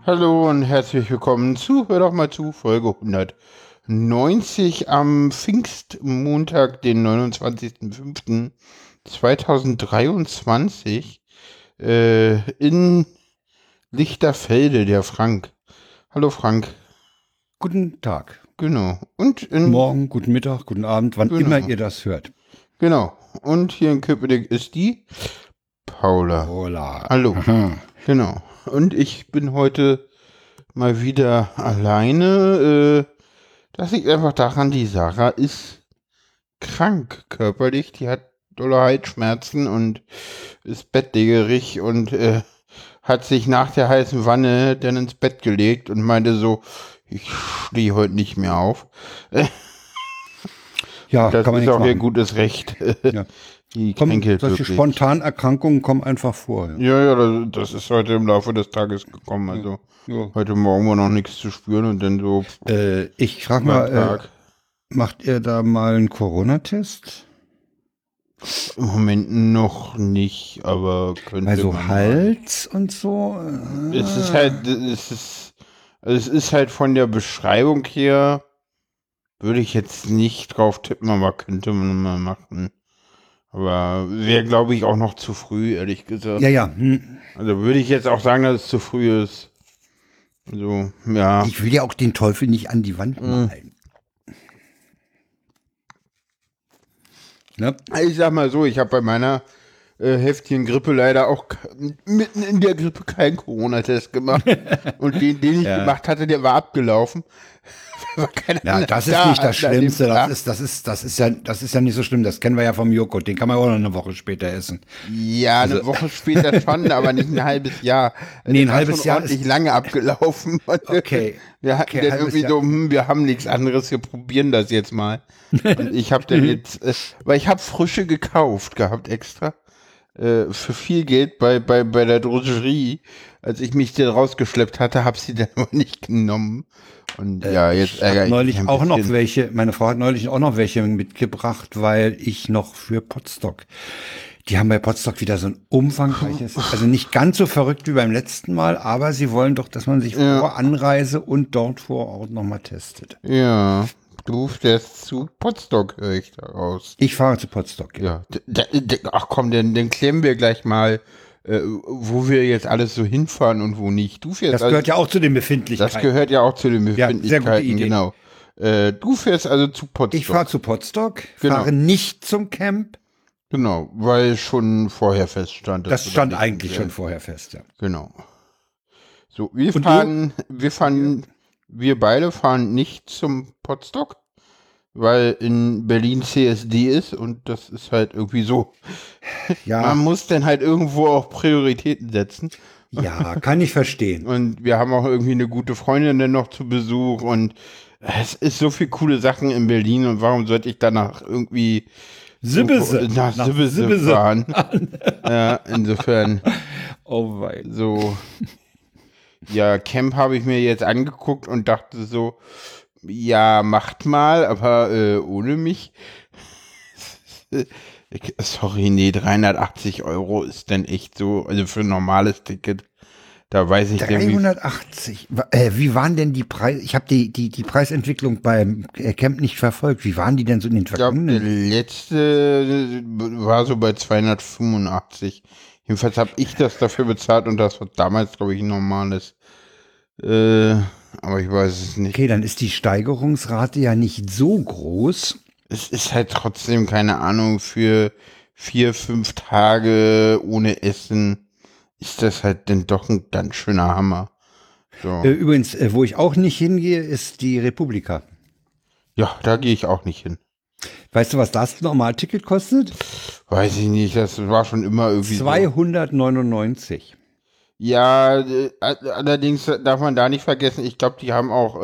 Hallo und herzlich willkommen zu Hör doch mal zu, Folge 190 am Pfingstmontag, den 29.05.2023 in Lichterfelde, der Frank. Hallo Frank. Guten Tag. Genau. Und Guten Morgen, guten Mittag, guten Abend, wann immer ihr das hört. Genau. Und hier in Köpenick ist die Paula. Hola. Hallo. Aha. Genau. Und ich bin heute mal wieder alleine. Das liegt einfach daran, die Sarah ist krank körperlich. Die hat dolle Halsschmerzen und ist bettlägerig und hat sich nach der heißen Wanne dann ins Bett gelegt und meinte so, ich stehe heute nicht mehr auf. Ja, Das kann man ist nichts auch ihr machen. gutes Recht. Ja. Die kränkelt Solche wirklich. Spontanerkrankungen kommen einfach vor. Ja, das ist heute im Laufe des Tages gekommen. Also Ja. heute Morgen war noch nichts zu spüren und dann so Ich frage beim mal, Tag. macht ihr da mal einen Corona-Test? Im Moment noch nicht, aber könnte Bei so man mal. Hals und so? Es ist halt von der Beschreibung her, würde ich jetzt nicht drauf tippen, aber könnte man mal machen. Aber wäre, glaube ich, auch noch zu früh, ehrlich gesagt. Ja. Also würde ich jetzt auch sagen, dass es zu früh ist. So, ja. Ich will ja auch den Teufel nicht an die Wand malen. Ne? Ich sag mal so, ich habe bei meiner heftigen Grippe leider auch mitten in der Grippe keinen Corona-Test gemacht. Und den ich gemacht hatte, der war abgelaufen. Ja, das ist nicht das Schlimmste. Das ist ja nicht so schlimm. Das kennen wir ja vom Joghurt. Den kann man auch noch eine Woche später essen. Ja, eine Woche später schon, aber nicht ein halbes Jahr. Nee, ein halbes Jahr ordentlich lange abgelaufen. Okay. Wir hatten dann irgendwie so, wir haben nichts anderes, wir probieren das jetzt mal. Und ich habe dann jetzt, weil ich habe Frische gekauft gehabt extra. Für viel Geld bei der Drogerie. Als ich mich dann rausgeschleppt hatte, habe sie dann aber nicht genommen. Und ja, jetzt ärgere ich mich ein auch noch bisschen. welche, meine Frau hat neulich auch noch welche mitgebracht, weil ich noch für Potsdok, die haben bei Potsdok wieder so ein umfangreiches, also nicht ganz so verrückt wie beim letzten Mal, aber sie wollen doch, dass man sich vor Anreise und dort vor Ort nochmal testet. Ja, du fährst zu Potsdok, höre ich daraus. Ich fahre zu Potsdok. Ja, ach komm, dann klären wir gleich mal, wo wir jetzt alles so hinfahren und wo nicht. Du fährst Das gehört ja auch zu den Befindlichkeiten. Das gehört ja auch zu den sehr Befindlichkeiten, gute Idee. genau. Du fährst also zu Potsdok. Ich fahre zu Potsdok, Genau. fahre nicht zum Camp. Genau, weil schon vorher feststand. Das stand eigentlich schon vorher fest, ja. Genau. So, wir beide fahren nicht zum Potsdok, weil in Berlin CSD ist und das ist halt irgendwie so. Ja. Man muss dann halt irgendwo auch Prioritäten setzen. Ja, kann ich verstehen. Und wir haben auch irgendwie eine gute Freundin dann noch zu Besuch und es ist so viel coole Sachen in Berlin und warum sollte ich danach irgendwie nach Sibbese fahren? Ja, insofern. Oh wei. So. Ja, Camp habe ich mir jetzt angeguckt und dachte so, ja, macht mal, aber ohne mich. Sorry, nee, 380 € ist denn echt so, also für ein normales Ticket. Da weiß ich 380. Wie waren denn die Preise? Ich habe die Preisentwicklung beim Camp nicht verfolgt. Wie waren die denn so in den vergangenen? Ich glaube, der letzte war so bei 285. Jedenfalls habe ich das dafür bezahlt und das war damals, glaube ich, ein normales. Aber ich weiß es nicht. Okay, dann ist die Steigerungsrate ja nicht so groß. Es ist halt trotzdem, keine Ahnung, für 4-5 Tage ohne Essen ist das halt dann doch ein ganz schöner Hammer. So. Übrigens, wo ich auch nicht hingehe, ist die Republika. Ja, da gehe ich auch nicht hin. Weißt du, was das Normalticket kostet? Weiß ich nicht, das war schon immer irgendwie 299. So. Ja, allerdings darf man da nicht vergessen, ich glaube, die haben auch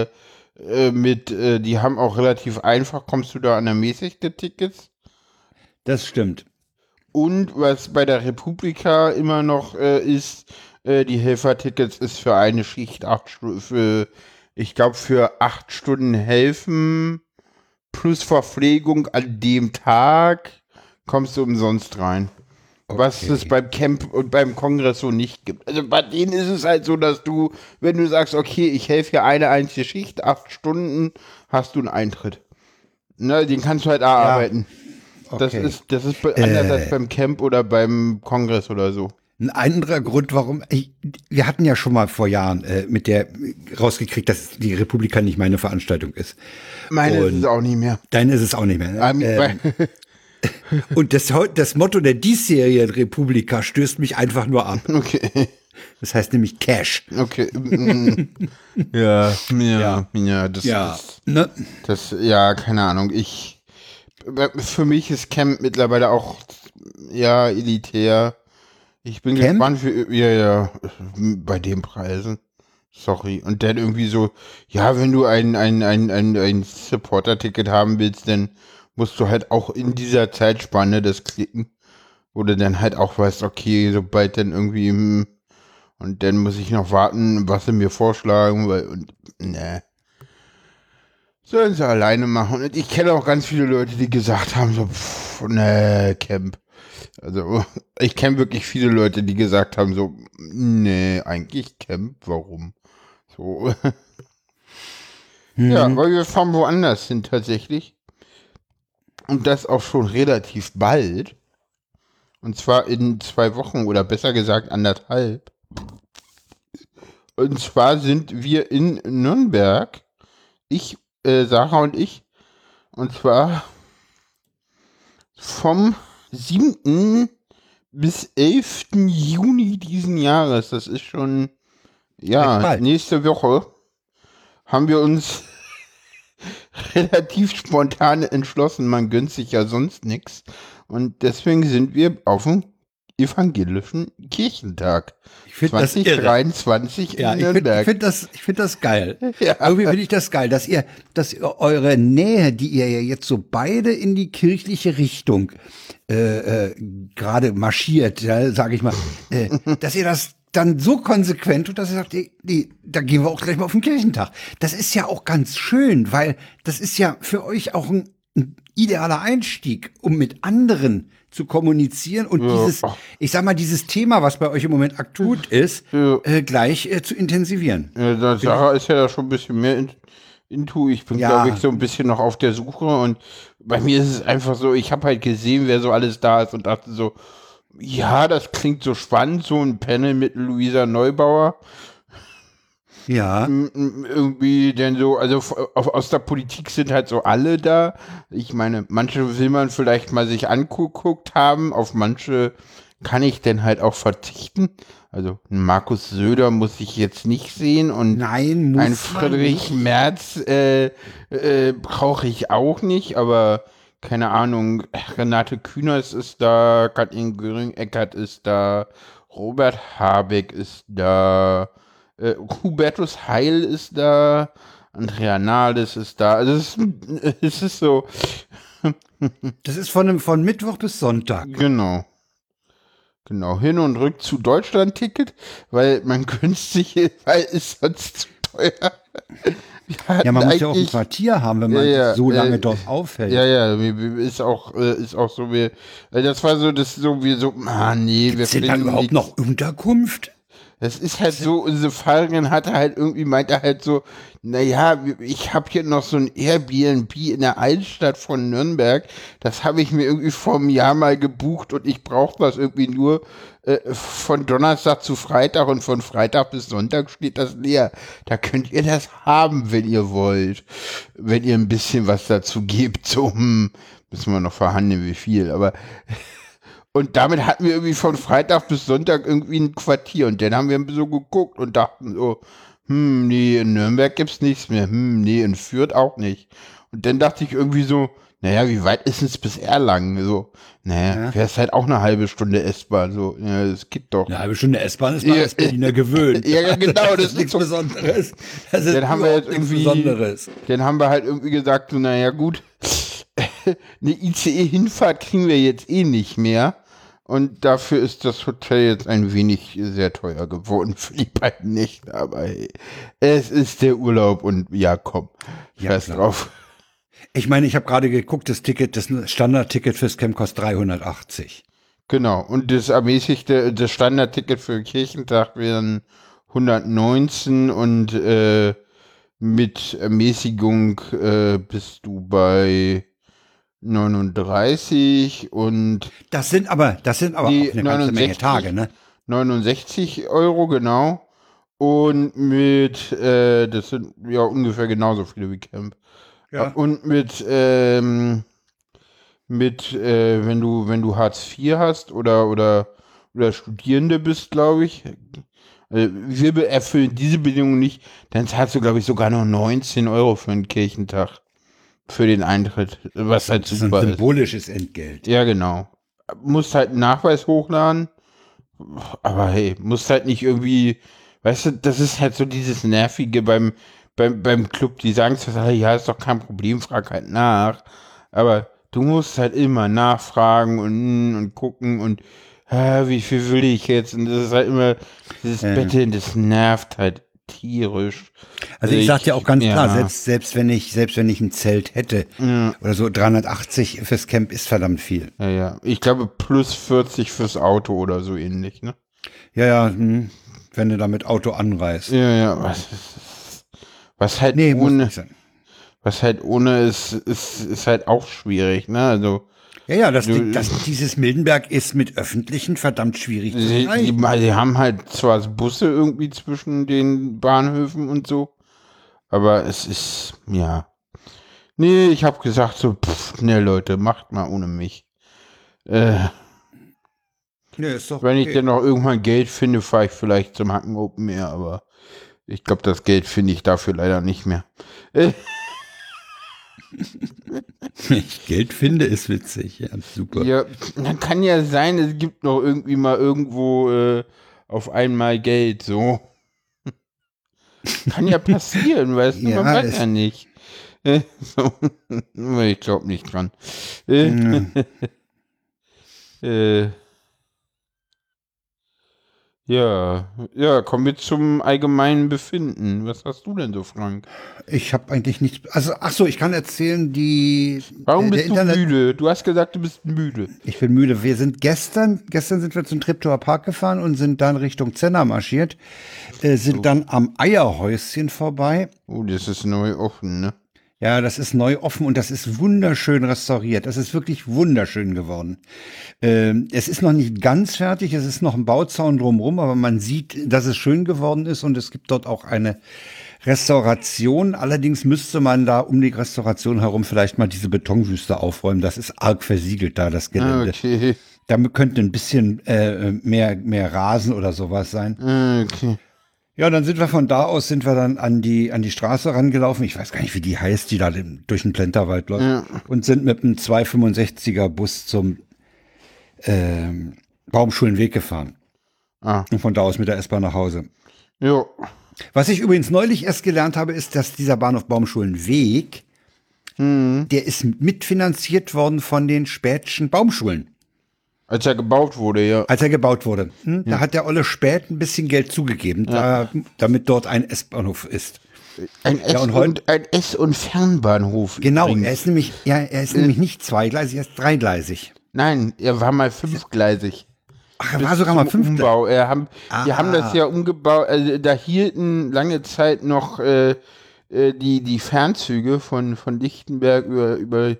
die haben auch relativ einfach, kommst du da an ermäßigte Tickets. Das stimmt. Und was bei der Republika immer noch ist, die Helfertickets ist für eine Schicht 8 Stunden, ich glaube für 8 Stunden helfen plus Verpflegung an dem Tag kommst du umsonst rein. was es beim Camp und beim Kongress so nicht gibt. Also bei denen ist es halt so, dass du, wenn du sagst, okay, ich helfe hier eine einzige Schicht, 8 Stunden, hast du einen Eintritt. Ne, den kannst du halt erarbeiten. Okay. Das ist anders als beim Camp oder beim Kongress oder so. Ein anderer Grund, warum, wir hatten ja schon mal vor Jahren mit der rausgekriegt, dass die Republika nicht meine Veranstaltung ist. Meine ist es auch nicht mehr. Deine ist es auch nicht mehr. Ne? Und das Motto der diesjährigen Republika stößt mich einfach nur ab. Okay. Das heißt nämlich Cash. Okay. Ja, keine Ahnung. Für mich ist Camp mittlerweile auch, ja, elitär. Ich bin gespannt bei den Preisen. Sorry. Und dann irgendwie so, ja, wenn du ein Supporter-Ticket haben willst, dann musst du halt auch in dieser Zeitspanne das klicken. Oder dann halt auch weißt, okay, sobald dann irgendwie, und dann muss ich noch warten, was sie mir vorschlagen, sollen sie alleine machen. Und ich kenne auch ganz viele Leute, die gesagt haben, so, Camp. Also, ich kenne wirklich viele Leute, die gesagt haben, so, nee, eigentlich Camp, warum? So. Ja, weil wir fahren woanders hin tatsächlich. Und das auch schon relativ bald. Und zwar in 2 Wochen oder besser gesagt 1,5. Und zwar sind wir in Nürnberg. Sarah und ich. Und zwar vom 7. bis 11. Juni diesen Jahres. Das ist schon, ja, nächste Woche haben wir uns relativ spontan entschlossen. Man gönnt sich ja sonst nichts. Und deswegen sind wir auf dem evangelischen Kirchentag. 2023 in Nürnberg. Ich finde das geil. Ja. Irgendwie finde ich das geil, dass ihr eure Nähe, die ihr ja jetzt so beide in die kirchliche Richtung gerade marschiert, ja, sage ich mal, dass ihr das dann so konsequent tut, dass ihr sagt, da gehen wir auch gleich mal auf den Kirchentag. Das ist ja auch ganz schön, weil das ist ja für euch auch ein idealer Einstieg, um mit anderen zu kommunizieren und dieses Thema, was bei euch im Moment akut ist, gleich zu intensivieren. Ja, Sarah ist ja da schon ein bisschen mehr into. Ich bin, glaube ich, so ein bisschen noch auf der Suche und bei mir ist es einfach so, ich habe halt gesehen, wer so alles da ist und dachte so, ja, das klingt so spannend, so ein Panel mit Luisa Neubauer. Ja. Irgendwie denn so, also aus der Politik sind halt so alle da. Ich meine, manche will man vielleicht mal sich angeguckt haben, auf manche kann ich denn halt auch verzichten. Also Markus Söder muss ich jetzt nicht sehen und ein Friedrich Merz brauche ich auch nicht, aber keine Ahnung, Renate Künast ist da, Katrin Göring-Eckardt ist da, Robert Habeck ist da, Hubertus Heil ist da, Andrea Nahles ist da. Also es ist so. Das ist von Mittwoch bis Sonntag. Genau. Hin und rück zu Deutschland-Ticket, weil man günstig, weil es sonst zu teuer. Ja, man muss ja auch ein Quartier haben, wenn man sich so lange dort aufhält. Ja, ist auch so, das war so, wir sind da überhaupt noch Unterkunft? Das ist halt so, unsere Fahrerin meinte halt so, naja, ich habe hier noch so ein Airbnb in der Altstadt von Nürnberg, das habe ich mir irgendwie vor einem Jahr mal gebucht und ich brauche das irgendwie nur von Donnerstag zu Freitag und von Freitag bis Sonntag steht das leer. Da könnt ihr das haben, wenn ihr wollt. Wenn ihr ein bisschen was dazu gebt, so, müssen wir noch verhandeln, wie viel, aber und damit hatten wir irgendwie von Freitag bis Sonntag irgendwie ein Quartier. Und dann haben wir so geguckt und dachten so, nee, in Nürnberg gibt's nichts mehr. Nee, in Fürth auch nicht. Und dann dachte ich irgendwie so, naja, wie weit ist es bis Erlangen? So, naja, wäre es halt auch eine halbe Stunde S-Bahn. So, ja, das geht doch. Eine halbe Stunde S-Bahn ist man als Berliner gewöhnt. Ja, genau, das ist nichts Besonderes. Das ist dann haben wir jetzt irgendwie, Besonderes. Dann haben wir halt irgendwie gesagt, so, naja, gut, eine ICE-Hinfahrt kriegen wir jetzt eh nicht mehr. Und dafür ist das Hotel jetzt ein wenig sehr teuer geworden für die beiden Nächte. Aber hey, es ist der Urlaub und ja, komm, scheiß drauf. Ich meine, ich habe gerade geguckt, das Standardticket fürs Camp kostet 380. Genau. Und das Standardticket für Kirchentag wären 119 und mit Ermäßigung bist du bei 39 und Das sind aber nee, auch eine ganze Menge Tage, ne? 69 Euro, genau. Und das sind ja ungefähr genauso viele wie Camp. Ja. Und wenn du Hartz IV hast oder Studierende bist, glaube ich, wir erfüllen diese Bedingungen nicht, dann zahlst du, glaube ich, sogar noch 19 Euro für einen Kirchentag, für den Eintritt, was halt Das ist ein super ist. symbolisches Entgelt. Ja, genau. Musst halt einen Nachweis hochladen, aber hey, musst halt nicht irgendwie, weißt du, das ist halt so dieses Nervige beim Club, die sagen zwar, ja, ist doch kein Problem, frag halt nach, aber du musst halt immer nachfragen und gucken und wie viel will ich jetzt? Und das ist halt immer dieses Betteln, das nervt halt tierisch. Also ich sag dir auch ganz klar, ja. selbst wenn ich ein Zelt hätte oder so, 380 fürs Camp ist verdammt viel. Ja. Ich glaube plus 40 fürs Auto oder so ähnlich, ne? Ja, wenn du da mit Auto anreist. Ja, was halt Nee, muss ohne, nicht sein. was halt ohne ist halt auch schwierig, ne? Also Ja, dieses Mildenberg ist mit Öffentlichen verdammt schwierig zu sie erreichen. haben halt zwar Busse irgendwie zwischen den Bahnhöfen und so, aber es ist, ja. Nee, ich habe gesagt so, ne Leute, macht mal ohne mich. Nee, ist doch Wenn ich okay. denn noch irgendwann Geld finde, fahre ich vielleicht zum Hacken Open Air, aber ich glaube, das Geld finde ich dafür leider nicht mehr. Wenn ich Geld finde, ist witzig. Ja, super. Ja, dann kann ja sein, es gibt noch irgendwie mal irgendwo auf einmal Geld, so. Kann ja passieren, weißt du, Ja, man weiß ja nicht. So. Ich glaube nicht dran. Äh, ja, kommen wir zum allgemeinen Befinden. Was hast du denn so, Frank? Ich habe eigentlich nichts. Also, ach so, ich kann erzählen, Warum der bist du müde? Du hast gesagt, du bist müde. Ich bin müde. Wir sind gestern sind wir zum Treptower Park gefahren und sind dann Richtung Zenner marschiert, sind dann am Eierhäuschen vorbei. Oh, das ist neu offen, ne? Ja, das ist neu offen und das ist wunderschön restauriert. Das ist wirklich wunderschön geworden. Es ist noch nicht ganz fertig, es ist noch ein Bauzaun drumherum, aber man sieht, dass es schön geworden ist und es gibt dort auch eine Restauration. Allerdings müsste man da um die Restauration herum vielleicht mal diese Betonwüste aufräumen. Das ist arg versiegelt da, das Gelände. Okay. Damit könnte ein bisschen mehr Rasen oder sowas sein. Okay. Ja, dann sind wir dann an die Straße rangelaufen. Ich weiß gar nicht, wie die heißt, die da durch den Plenterwald läuft. Ja. Und sind mit einem 265er Bus zum Baumschulenweg gefahren. Und von da aus mit der S-Bahn nach Hause. Jo. Was ich übrigens neulich erst gelernt habe, ist, dass dieser Bahnhof Baumschulenweg, der ist mitfinanziert worden von den Späthschen Baumschulen. Als er gebaut wurde, ja. Als er gebaut wurde. Da hat der Olle Späth ein bisschen Geld zugegeben, damit dort ein S-Bahnhof ist. Ein S- und Fernbahnhof. Genau, übrigens. er ist nämlich nicht zweigleisig, er ist dreigleisig. Nein, er war mal fünfgleisig. Ach, er war sogar mal Zum fünfte. Umbau. Die haben das ja umgebaut. Also da hielten lange Zeit noch die Fernzüge von Lichtenberg über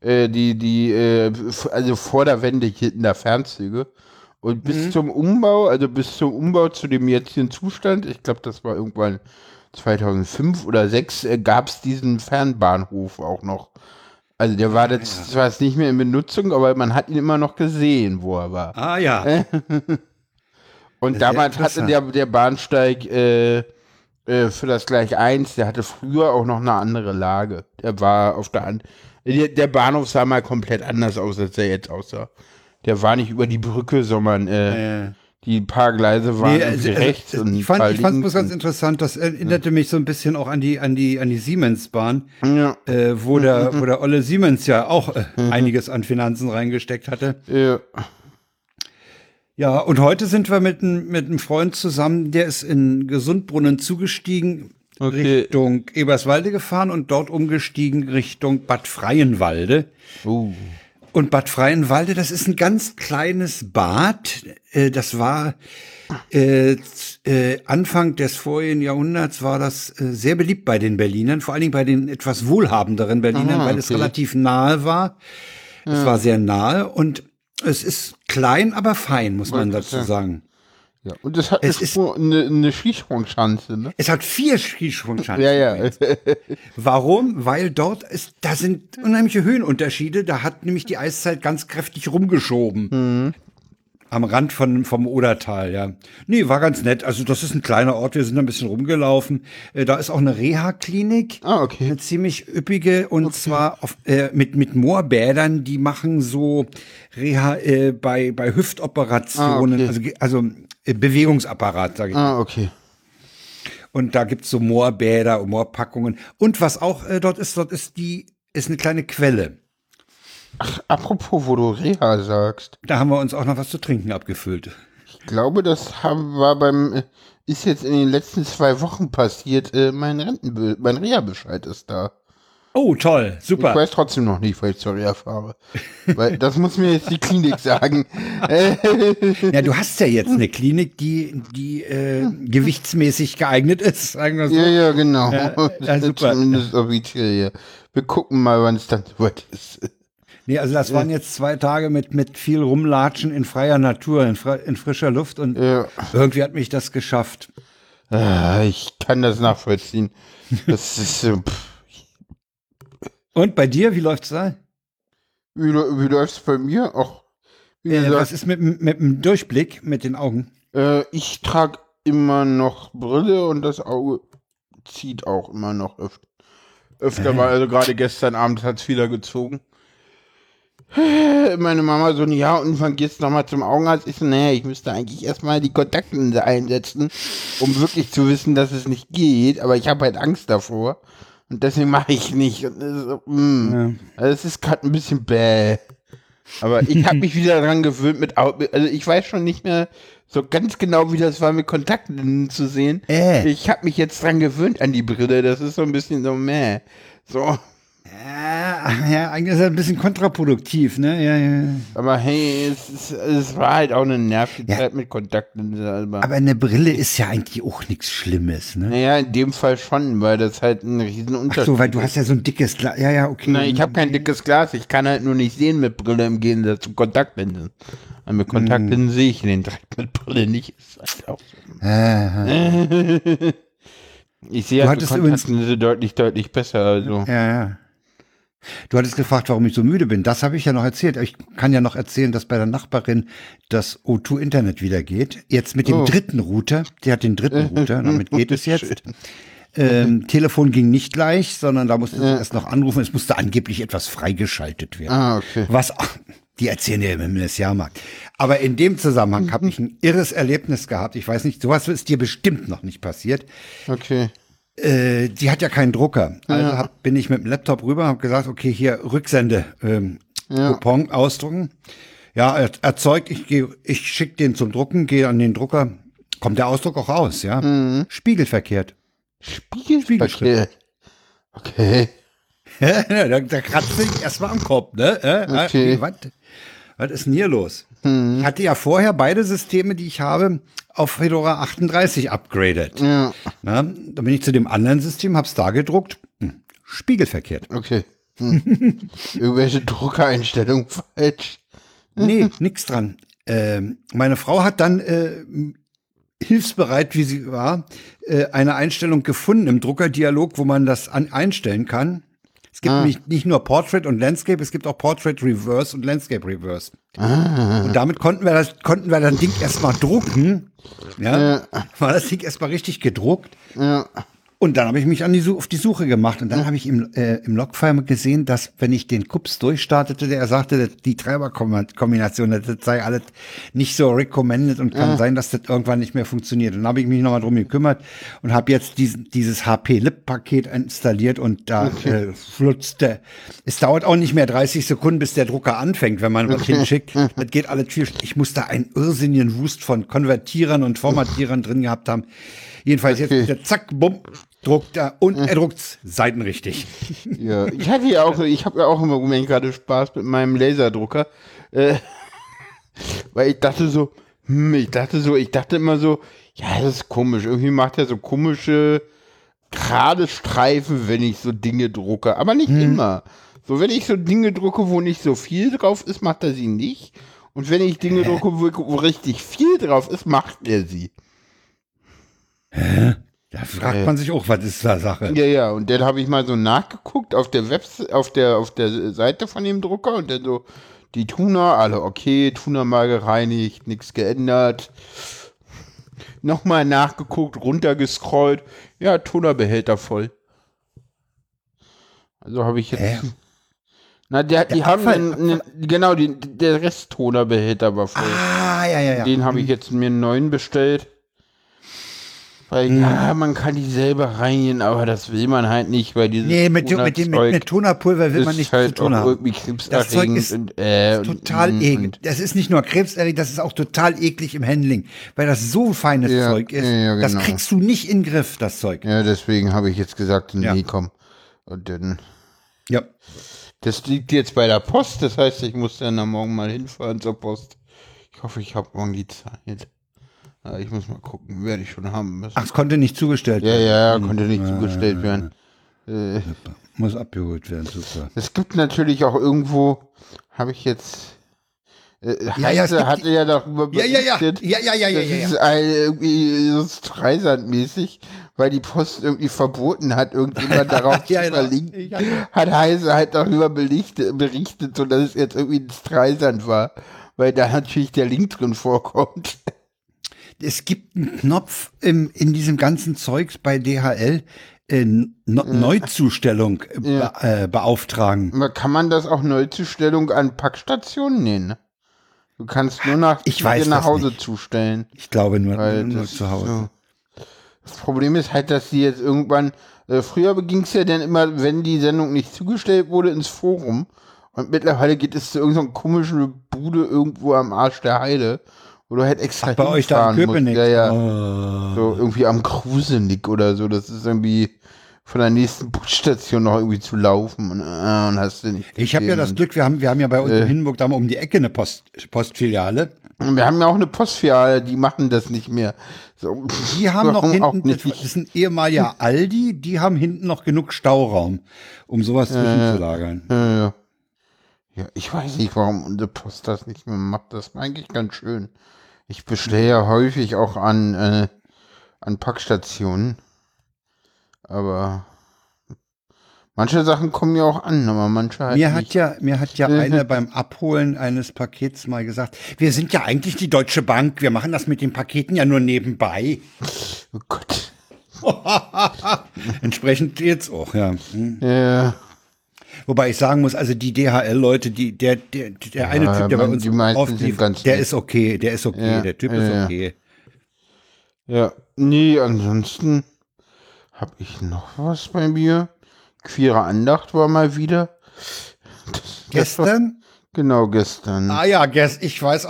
also vor der Wende hielten da Fernzüge. Und bis zum Umbau zu dem jetzigen Zustand, ich glaube, das war irgendwann 2005 oder 2006, gab es diesen Fernbahnhof auch noch. Also der war jetzt zwar nicht mehr in Benutzung, aber man hat ihn immer noch gesehen, wo er war. Ah ja. Und damals hatte der Bahnsteig für das Gleis 1, der hatte früher auch noch eine andere Lage. Der war auf der Bahnhof sah mal komplett anders aus, als er jetzt aussah. Der war nicht über die Brücke, sondern die paar Gleise waren rechts und ich fand links. es ganz interessant, das erinnerte mich so ein bisschen auch an die Siemens-Bahn, Ja. wo der Olle Siemens ja auch einiges an Finanzen reingesteckt hatte. Ja. Ja, und heute sind wir mit einem Freund zusammen, der ist in Gesundbrunnen zugestiegen, Richtung Eberswalde gefahren und dort umgestiegen Richtung Bad Freienwalde. Und Bad Freienwalde, das ist ein ganz kleines Bad. Das war Anfang des vorigen Jahrhunderts war das sehr beliebt bei den Berlinern, vor allen Dingen bei den etwas wohlhabenderen Berlinern, weil es relativ nahe war. Es war sehr nahe und es ist klein, aber fein, muss man dazu sagen. Ja, und es hat eine Skisprungschanze, ne? Es hat 4 Skisprungschanzen. Ja. Warum? Weil da sind unheimliche Höhenunterschiede. Da hat nämlich die Eiszeit ganz kräftig rumgeschoben. Am Rand vom Odertal, ja. Nee, war ganz nett. Also das ist ein kleiner Ort. Wir sind ein bisschen rumgelaufen. Da ist auch eine Reha-Klinik. Ah, okay. Eine ziemlich üppige und zwar mit Moorbädern. Die machen so Reha bei Hüftoperationen. Ah, okay. Also Bewegungsapparat, sage ich. Ah, okay. Und da gibt's so Moorbäder und Moorpackungen. Und was auch dort ist eine kleine Quelle. Ach, apropos, wo du Reha sagst. Da haben wir uns auch noch was zu trinken abgefüllt. Ich glaube, das ist jetzt in den letzten 2 Wochen passiert. Mein Reha-Bescheid ist da. Oh, toll, super. Ich weiß trotzdem noch nicht, weil ich zur Reha fahre. Weil das muss mir jetzt die Klinik sagen. Ja, du hast ja jetzt eine Klinik, die gewichtsmäßig geeignet ist, sagen wir so. Ja, genau. Ja, super. Zumindest offiziell, ja. Wir gucken mal, wann es dann soweit ist. Nee, also das waren jetzt 2 Tage mit viel Rumlatschen in freier Natur, in frischer Luft und irgendwie hat mich das geschafft. Ich kann das nachvollziehen. Das ist Und bei dir, wie läuft's da? Wie läuft's bei mir? Ach, was ist mit dem Durchblick, mit den Augen? Ich trage immer noch Brille und das Auge zieht auch immer noch öfter mal. Also gerade gestern Abend hat's wieder gezogen. Meine Mama so, ja, und wann gehst du nochmal zum Augenarzt? Ich so, naja, ich müsste eigentlich erstmal die Kontaktlinse einsetzen, um wirklich zu wissen, dass es nicht geht, aber ich habe halt Angst davor und deswegen mache ich nicht. Also es ist gerade ein bisschen bäh. Aber ich habe mich wieder daran gewöhnt also ich weiß schon nicht mehr so ganz genau, wie das war, mit Kontaktlinsen zu sehen. Ich habe mich jetzt dran gewöhnt an die Brille, das ist so ein bisschen so so. Ja, eigentlich ist das ein bisschen kontraproduktiv, ne? Ja. Aber hey, es war halt auch eine nervige Zeit mit Kontaktlinsen. Aber eine Brille ist ja eigentlich auch nichts Schlimmes, ne? Naja, in dem Fall schon, weil das halt ein riesen Unterschied ist. Ach so, weil du hast ja so ein dickes Glas. Ja, okay. Nein, ich habe kein dickes Glas. Ich kann halt nur nicht sehen mit Brille im Gegensatz zu Kontaktlinsen. Und mit Kontaktlinsen sehe ich den direkt mit Brille nicht. Ist halt auch so. Ich sehe halt mit Kontaktlinse deutlich besser. Also. Ja. Du hattest gefragt, warum ich so müde bin. Das habe ich ja noch erzählt. Ich kann ja noch erzählen, dass bei der Nachbarin das O2-Internet wieder geht. Jetzt mit dem dritten Router. Die hat den dritten Router, damit geht es jetzt. Telefon ging nicht gleich, sondern da musste sie erst noch anrufen. Es musste angeblich etwas freigeschaltet werden. Ah, okay. Die erzählen ja im Jahrmarkt. Aber in dem Zusammenhang habe ich ein irres Erlebnis gehabt. Ich weiß nicht, sowas ist dir bestimmt noch nicht passiert. Okay. Die hat ja keinen Drucker. Also bin ich mit dem Laptop rüber, habe gesagt, okay, hier Rücksende Coupon ausdrucken. Ja, erzeugt, ich schicke den zum Drucken, gehe an den Drucker, kommt der Ausdruck auch raus, ja. Spiegelverkehrt. Spiegelverkehrt. Okay. da kratzt sich erstmal am Kopf, ne? Okay. Was ist denn hier los? Ich hatte ja vorher beide Systeme, die ich habe, auf Fedora 38 upgraded. Ja. Na, dann bin ich zu dem anderen System, hab's da gedruckt. Spiegelverkehrt. Okay. Irgendwelche Druckereinstellungen falsch? Nee, nix dran. Meine Frau hat dann, hilfsbereit wie sie war, eine Einstellung gefunden im Druckerdialog, wo man das einstellen kann. Es gibt nämlich nicht nur Portrait und Landscape, es gibt auch Portrait Reverse und Landscape Reverse. Und damit konnten wir das Ding erstmal drucken. Ja. War das Ding erstmal richtig gedruckt. Ja. Und dann habe ich mich auf die Suche gemacht. Und dann habe ich im Logfile gesehen, dass, wenn ich den Kups durchstartete, er sagte, die Treiberkombination, das sei alles nicht so recommended und kann sein, dass das irgendwann nicht mehr funktioniert. Und dann habe ich mich nochmal drum gekümmert und habe jetzt dieses HP-Lib-Paket installiert und da flutzte. Es dauert auch nicht mehr 30 Sekunden, bis der Drucker anfängt, wenn man was hinschickt. Das geht alles viel. Ich muss da einen irrsinnigen Wust von Konvertierern und Formatierern drin gehabt haben. Jedenfalls jetzt, zack, bumm, druckt er und er druckt's seitenrichtig. Ja, ich habe ja auch im Moment gerade Spaß mit meinem Laserdrucker, weil ich dachte immer so, ja, das ist komisch. Irgendwie macht er so komische gerade Streifen, wenn ich so Dinge drucke, aber nicht immer. So, wenn ich so Dinge drucke, wo nicht so viel drauf ist, macht er sie nicht. Und wenn ich Dinge drucke, wo richtig viel drauf ist, macht er sie. Da fragt man sich auch, was ist da Sache? Ja, und dann habe ich mal so nachgeguckt auf der auf der Seite von dem Drucker und dann so die Tuner, alle okay, Tuner mal gereinigt, nichts geändert. Nochmal nachgeguckt, runtergescrollt, ja, Tonerbehälter voll. Also habe ich jetzt. Na, die haben genau, der Rest-Tonerbehälter war voll. Ja. Den habe ich jetzt mir einen neuen bestellt. Weil, ja, man kann die selber reinigen, aber das will man halt nicht, weil dieses mit Tonerpulver will man nicht halt zu tun haben. Irgendwie Das Zeug ist total eklig. und Das ist nicht nur krebserregend, das ist auch total eklig im Handling, weil das so feines Zeug ist. Ja, genau. Das kriegst du nicht in den Griff, das Zeug. Ja, deswegen habe ich jetzt gesagt, nee, komm. Und dann. Ja. Das liegt jetzt bei der Post, das heißt, ich muss dann am Morgen mal hinfahren zur Post. Ich hoffe, ich habe morgen die Zeit. Ja, ich muss mal gucken, werde ich schon haben müssen. Ach, es konnte nicht zugestellt werden. Ja, konnte nicht zugestellt werden. Muss abgeholt werden, super. Es gibt natürlich auch irgendwo, habe ich jetzt, Heise hatte ja darüber berichtet, das ist irgendwie so Streisand-mäßig, weil die Post irgendwie verboten hat, irgendjemand darauf zu verlinken, hat Heise halt darüber berichtet, so dass es jetzt irgendwie ein Streisand war, weil da natürlich der Link drin vorkommt. Es gibt einen Knopf in diesem ganzen Zeugs bei DHL, Neuzustellung beauftragen. Kann man das auch Neuzustellung an Packstationen nehmen? Du kannst nur dir nach Hause zustellen. Ich glaube nur zu Hause. So. Das Problem ist halt, dass die jetzt irgendwann, früher ging es ja dann immer, wenn die Sendung nicht zugestellt wurde, ins Forum. Und mittlerweile geht es zu irgendeiner komischen Bude irgendwo am Arsch der Heide. Wo du halt extra bei euch da in Köpenick. Ja. Oh. So irgendwie am Krusenick oder so. Das ist irgendwie von der nächsten Busstation noch irgendwie zu laufen. Und hast du nicht. Ich habe ja das Glück, wir haben ja bei uns in Hindenburg da mal um die Ecke eine Postfiliale. Wir haben ja auch eine Postfiliale, die machen das nicht mehr. So, die haben noch hinten, das ist ein ehemaliger Aldi, die haben hinten noch genug Stauraum, um sowas zwischenzulagern. Ja, ich weiß nicht, warum unsere Post das nicht mehr macht. Das war eigentlich ganz schön. Ich bestelle ja häufig auch an Packstationen. Aber manche Sachen kommen ja auch an, aber manche halt nicht. Mir hat ja einer beim Abholen eines Pakets mal gesagt, wir sind ja eigentlich die Deutsche Bank, wir machen das mit den Paketen ja nur nebenbei. Oh Gott. Entsprechend geht's auch, ja. Ja. Wobei ich sagen muss, also die DHL-Leute, der eine Typ, der bei uns auflief, der ist okay, der Typ ist okay. Ja, nee, ansonsten habe ich noch was bei mir. Queere Andacht war mal wieder. Gestern? Genau, gestern. Ich weiß,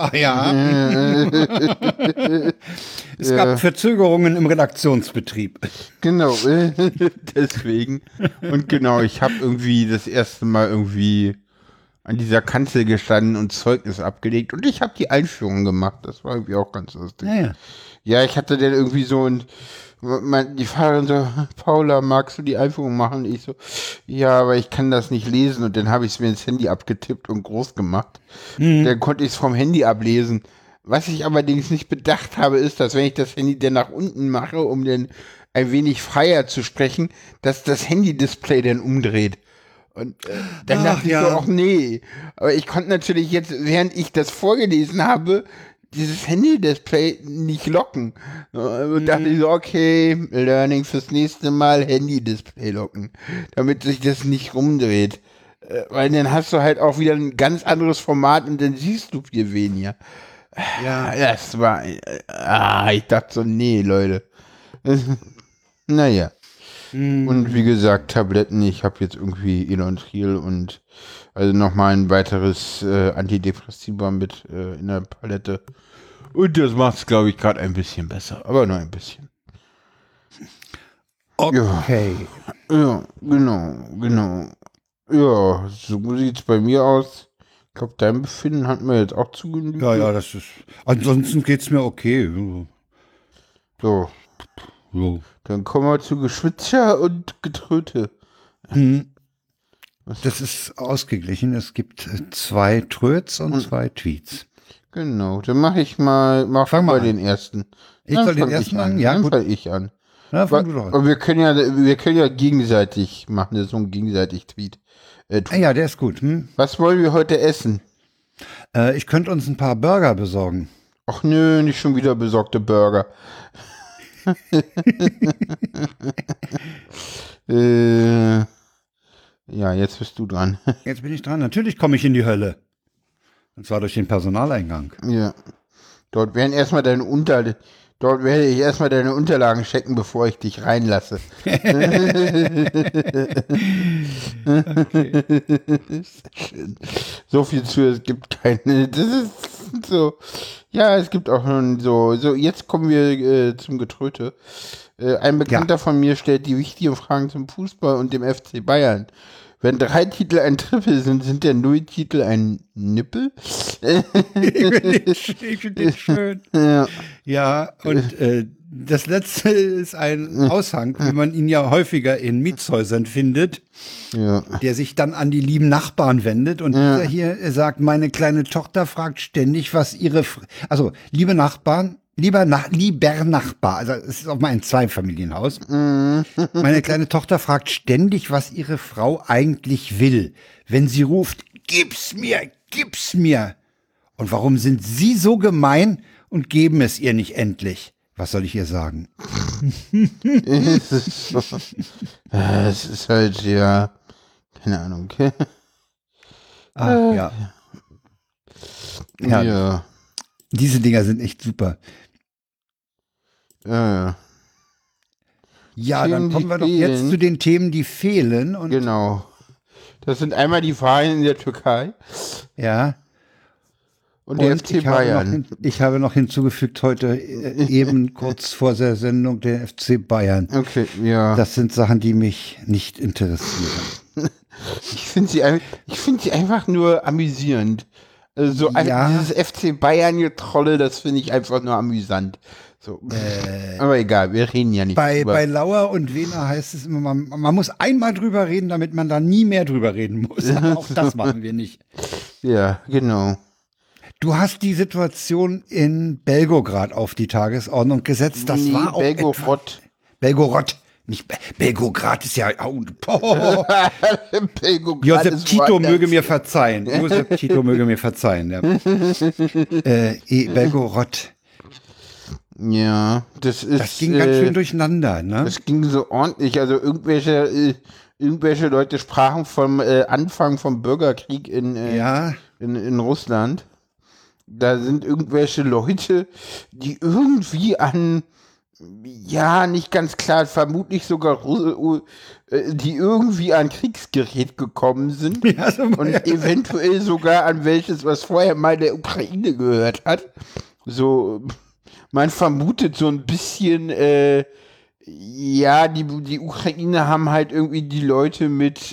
Es gab Verzögerungen im Redaktionsbetrieb. Genau, deswegen. Und genau, ich habe irgendwie das erste Mal irgendwie an dieser Kanzel gestanden und Zeugnis abgelegt. Und ich habe die Einführung gemacht. Das war irgendwie auch ganz lustig. Ja, ich hatte dann irgendwie so die Fahrerin so, Paula, magst du die Einführung machen? Und ich so, ja, aber ich kann das nicht lesen. Und dann habe ich es mir ins Handy abgetippt und groß gemacht. Dann konnte ich es vom Handy ablesen. Was ich allerdings nicht bedacht habe, ist, dass wenn ich das Handy dann nach unten mache, um dann ein wenig freier zu sprechen, dass das Handy-Display dann umdreht. Und dann dachte ich so, ach nee. Aber ich konnte natürlich jetzt, während ich das vorgelesen habe, dieses Handy-Display nicht locken. Und dachte ich so, okay, Learning fürs nächste Mal Handy-Display locken, damit sich das nicht rumdreht. Weil dann hast du halt auch wieder ein ganz anderes Format und dann siehst du viel weniger. Ja, das war, ich dachte so, nee, Leute. Naja. Und wie gesagt, Tabletten, ich habe jetzt irgendwie Elantril und also nochmal ein weiteres Antidepressiva mit in der Palette. Und das macht es, glaube ich, gerade ein bisschen besser, aber nur ein bisschen. Okay. Ja, genau. Ja, so sieht's bei mir aus. Ich glaube, dein Befinden hat mir jetzt auch zu genügen. Ja, das ist. Ansonsten geht's mir okay. So, So. dann kommen wir zu Geschwitzer und Getröte. Das ist ausgeglichen. Es gibt 2 Tröts und 2 Tweets. Genau, dann mach Fang mal mal an. den ersten. Ich Dann soll den fang ersten ich an? Ja, dann gut. fang ich an. Na, fang du doch an. Aber wir können ja gegenseitig machen, das ist so ein gegenseitig Tweet. Ah, ja, der ist gut. Was wollen wir heute essen? Ich könnte uns ein paar Burger besorgen. Ach nö, nicht schon wieder besorgte Burger. Ja, jetzt bist du dran. Jetzt bin ich dran. Natürlich komme ich in die Hölle. Und zwar durch den Personaleingang. Ja. Dort werde ich erstmal deine Unterlagen checken, bevor ich dich reinlasse. Schön. So viel zu, es gibt keine. Das ist so. Ja, es gibt auch schon so. Jetzt kommen wir zum Getröte. Ein Bekannter von mir stellt die wichtigen Fragen zum Fußball und dem FC Bayern. Wenn 3 Titel ein Triple sind, sind der 0 Titel ein Nippel? Ich finde den schön. Ja. Ja, und das letzte ist ein Aushang, wie man ihn ja häufiger in Mietshäusern findet, Ja. der sich dann an die lieben Nachbarn wendet. Und dieser hier sagt, meine kleine Tochter fragt ständig, was ihre, also liebe Nachbarn, lieber Nachbar, also es ist auch mal ein Zweifamilienhaus. Meine kleine Tochter fragt ständig, was ihre Frau eigentlich will. Wenn sie ruft, gib's mir, gib's mir. Und warum sind Sie so gemein und geben es ihr nicht endlich? Was soll ich ihr sagen? Es ist halt, ja, keine Ahnung. Ja. Ja. Ja. Diese Dinger sind echt super. Ja. Ja, Themen, dann die kommen wir doch fehlen. jetzt zu den Themen, die fehlen. Und Genau. Das sind einmal die Wahlen in der Türkei ja. und der Und FC Bayern. ich habe noch hinzugefügt heute eben kurz vor der Sendung der FC Bayern. Okay, ja. Das sind Sachen, die mich nicht interessieren. Ich finde sie einfach nur amüsierend. Also Ja. dieses FC Bayern-Getrolle, das finde ich einfach nur amüsant. So. Aber egal, wir reden ja nicht drüber. Bei Lauer und Wehner heißt es immer, man muss einmal drüber reden, damit man da nie mehr drüber reden muss. Aber auch das machen wir nicht. Ja, genau. Du hast die Situation in Belgorod auf die Tagesordnung gesetzt. Das Nee, war auch Belgorod. Belgorod. Nicht Belgorod ist ja. Belgorod Josef ist Tito woanders. möge mir verzeihen. Josef Tito möge mir verzeihen. Ja. Belgorod. Ja, das ist. Das ging ganz schön durcheinander, ne? Das ging so ordentlich. Also irgendwelche Leute sprachen vom Anfang vom Bürgerkrieg in Russland. Da sind irgendwelche Leute, die irgendwie nicht ganz klar, vermutlich sogar die irgendwie an Kriegsgerät gekommen sind Ja, so, und eventuell sogar an welches, was vorher mal der Ukraine gehört hat. So, man vermutet so ein bisschen, die Ukraine haben halt irgendwie die Leute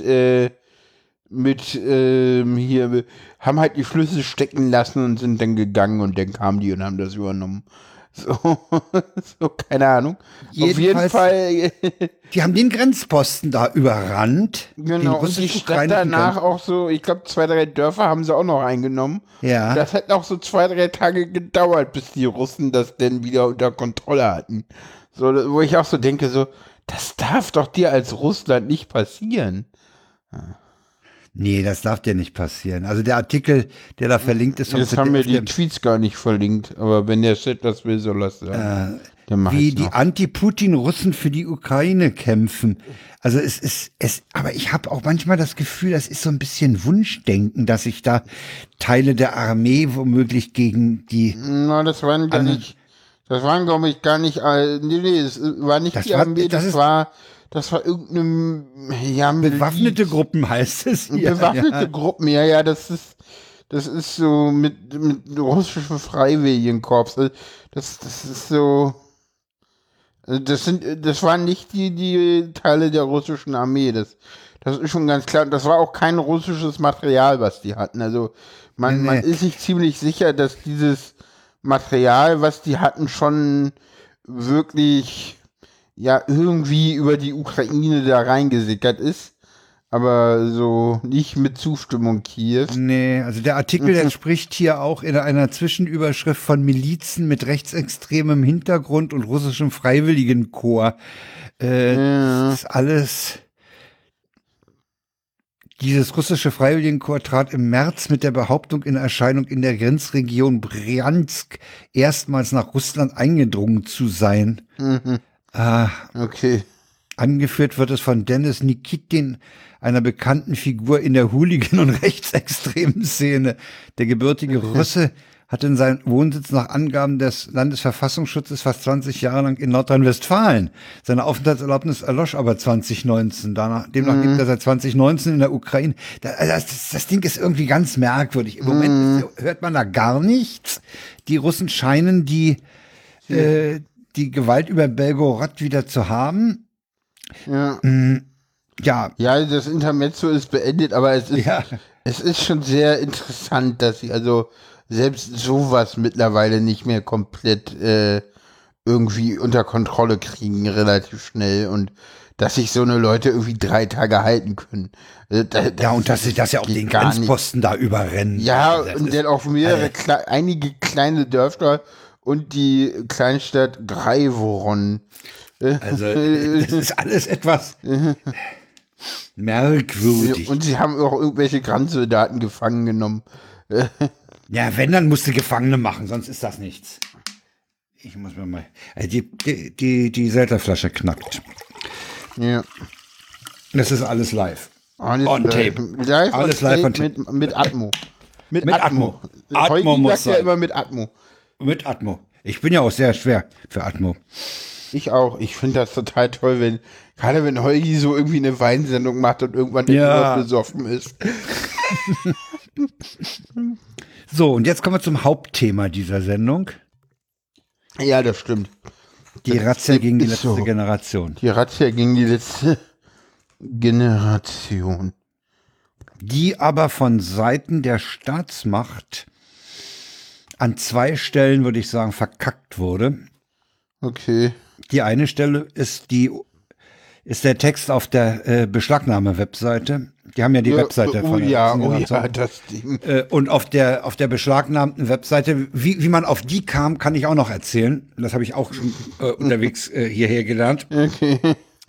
haben halt die Schlüssel stecken lassen und sind dann gegangen und dann kamen die und haben das übernommen. So, keine Ahnung. Auf jeden Fall. Die haben den Grenzposten da überrannt. Genau, und die Stadt danach auch so, ich glaube 2, 3 Dörfer haben sie auch noch eingenommen. Ja. Das hat auch so 2, 3 Tage gedauert, bis die Russen das denn wieder unter Kontrolle hatten. So, wo ich auch so denke, so, das darf doch dir als Russland nicht passieren. Nee, das darf dir nicht passieren. Also der Artikel, der da verlinkt ist, Jetzt haben wir die Tweets gar nicht verlinkt, aber wenn der Chat das will, soll das sein. Wie die Anti-Putin-Russen für die Ukraine kämpfen. Also aber ich habe auch manchmal das Gefühl, das ist so ein bisschen Wunschdenken, dass sich da Teile der Armee womöglich gegen die. Na, das waren gar nicht. Das waren, glaube ich, gar nicht. Nee, es war nicht die Armee, das war irgendeine, bewaffnete Gruppen heißt es hier. Bewaffnete Gruppen, ja, das ist so mit russischem Freiwilligenkorps. Das ist so, Das waren nicht die Teile der russischen Armee. Das ist schon ganz klar. Und das war auch kein russisches Material, was die hatten. Also man ist sich ziemlich sicher, dass dieses Material, was die hatten, schon wirklich ja irgendwie über die Ukraine da reingesickert ist. Aber so nicht mit Zustimmung Kiews. Nee, also der Artikel, der spricht hier auch in einer Zwischenüberschrift von Milizen mit rechtsextremem Hintergrund und russischem Freiwilligenkorps. Das ist alles. Dieses russische Freiwilligenkorps trat im März mit der Behauptung in Erscheinung, in der Grenzregion Bryansk erstmals nach Russland eingedrungen zu sein. Okay. Angeführt wird es von Dennis Nikitin, einer bekannten Figur in der Hooligan- und rechtsextremen Szene. Der gebürtige Russe hatte seinen Wohnsitz nach Angaben des Landesverfassungsschutzes fast 20 Jahre lang in Nordrhein-Westfalen. Seine Aufenthaltserlaubnis erlosch aber 2019. Demnach lebt er seit 2019 in der Ukraine. Das Ding ist irgendwie ganz merkwürdig. Im Moment hört man da gar nichts. Die Russen scheinen die Gewalt über Belgorod wieder zu haben. Ja. Ja. Ja, das Intermezzo ist beendet, aber es ist schon sehr interessant, dass sie also selbst sowas mittlerweile nicht mehr komplett irgendwie unter Kontrolle kriegen, relativ schnell, und dass sich so eine Leute irgendwie 3 Tage halten können. Und dass sie das ja auch den Grenzposten da überrennen. Ja, also und dann auch einige kleine Dörfer und die Kleinstadt Greivoron. Also, das ist alles etwas merkwürdig. Und sie haben auch irgendwelche Grenzsoldaten gefangen genommen. Ja, wenn, dann musst du Gefangene machen, sonst ist das nichts. Ich muss mir mal. Die Selterflasche knackt. Ja. Das ist alles live. Alles on tape. Live alles live on tape. Mit Atmo. Mit Atmo. Atmo muss ja sein. immer mit Atmo. Mit Atmo. Ich bin ja auch sehr schwer für Atmo. Ich auch. Ich finde das total toll, gerade wenn Holgi so irgendwie eine Weinsendung macht und irgendwann der besoffen ist. So, und jetzt kommen wir zum Hauptthema dieser Sendung. Ja, das stimmt. Die Razzia gegen die letzte Generation. Die Razzia gegen die letzte Generation. Die aber von Seiten der Staatsmacht an 2 Stellen, würde ich sagen, verkackt wurde. Okay. Die eine Stelle ist der Text auf der Beschlagnahme-Webseite. Die haben ja die Webseite von der das Ding. Und auf der beschlagnahmten Webseite, wie man auf die kam, kann ich auch noch erzählen. Das habe ich auch schon unterwegs hierher gelernt. Okay.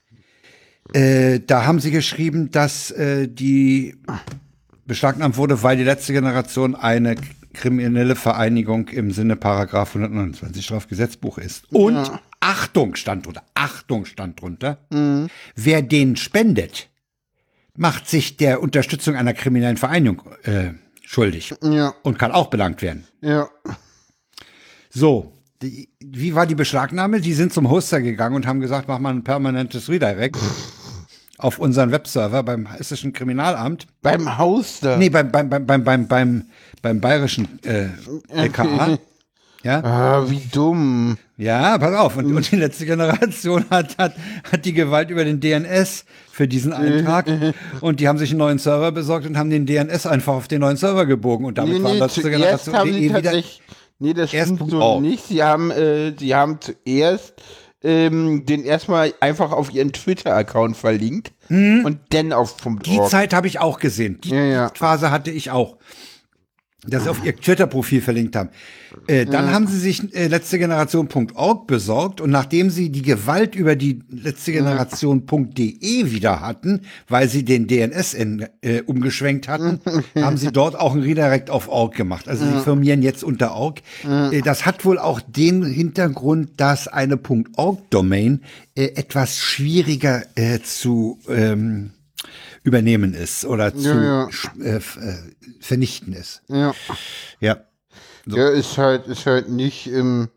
Da haben sie geschrieben, dass die beschlagnahmt wurde, weil die letzte Generation eine kriminelle Vereinigung im Sinne Paragraph 129 Strafgesetzbuch ist. Und Achtung stand drunter. Wer den spendet, macht sich der Unterstützung einer kriminellen Vereinigung schuldig. Ja. Und kann auch belangt werden. Ja. So, wie war die Beschlagnahme? Die sind zum Hoster gegangen und haben gesagt, mach mal ein permanentes Redirect auf unseren Webserver beim Hessischen Kriminalamt. Beim Hoster? Nee, beim bayerischen LKA. Ja. Wie dumm. Ja, pass auf. Und die letzte Generation hat die Gewalt über den DNS für diesen Eintrag. Und die haben sich einen neuen Server besorgt und haben den DNS einfach auf den neuen Server gebogen. Und damit war letzte Generation wieder. Nee, das stimmt so nicht. Sie haben zuerst den erstmal einfach auf ihren Twitter-Account verlinkt und dann auf .org. Die Zeit habe ich auch gesehen. Die Phase hatte ich auch. Dass sie auf ihr Twitter-Profil verlinkt haben. Dann haben sie sich letzte Generation.org besorgt und nachdem sie die Gewalt über die letzte Generation.de wieder hatten, weil sie den DNS umgeschwenkt hatten, haben sie dort auch ein Redirect auf org gemacht. Also sie firmieren jetzt unter org. Das hat wohl auch den Hintergrund, dass eine .org-Domain etwas schwieriger zu übernehmen ist oder zu vernichten ist. Ja. Ja. So. Ja, ist halt nicht im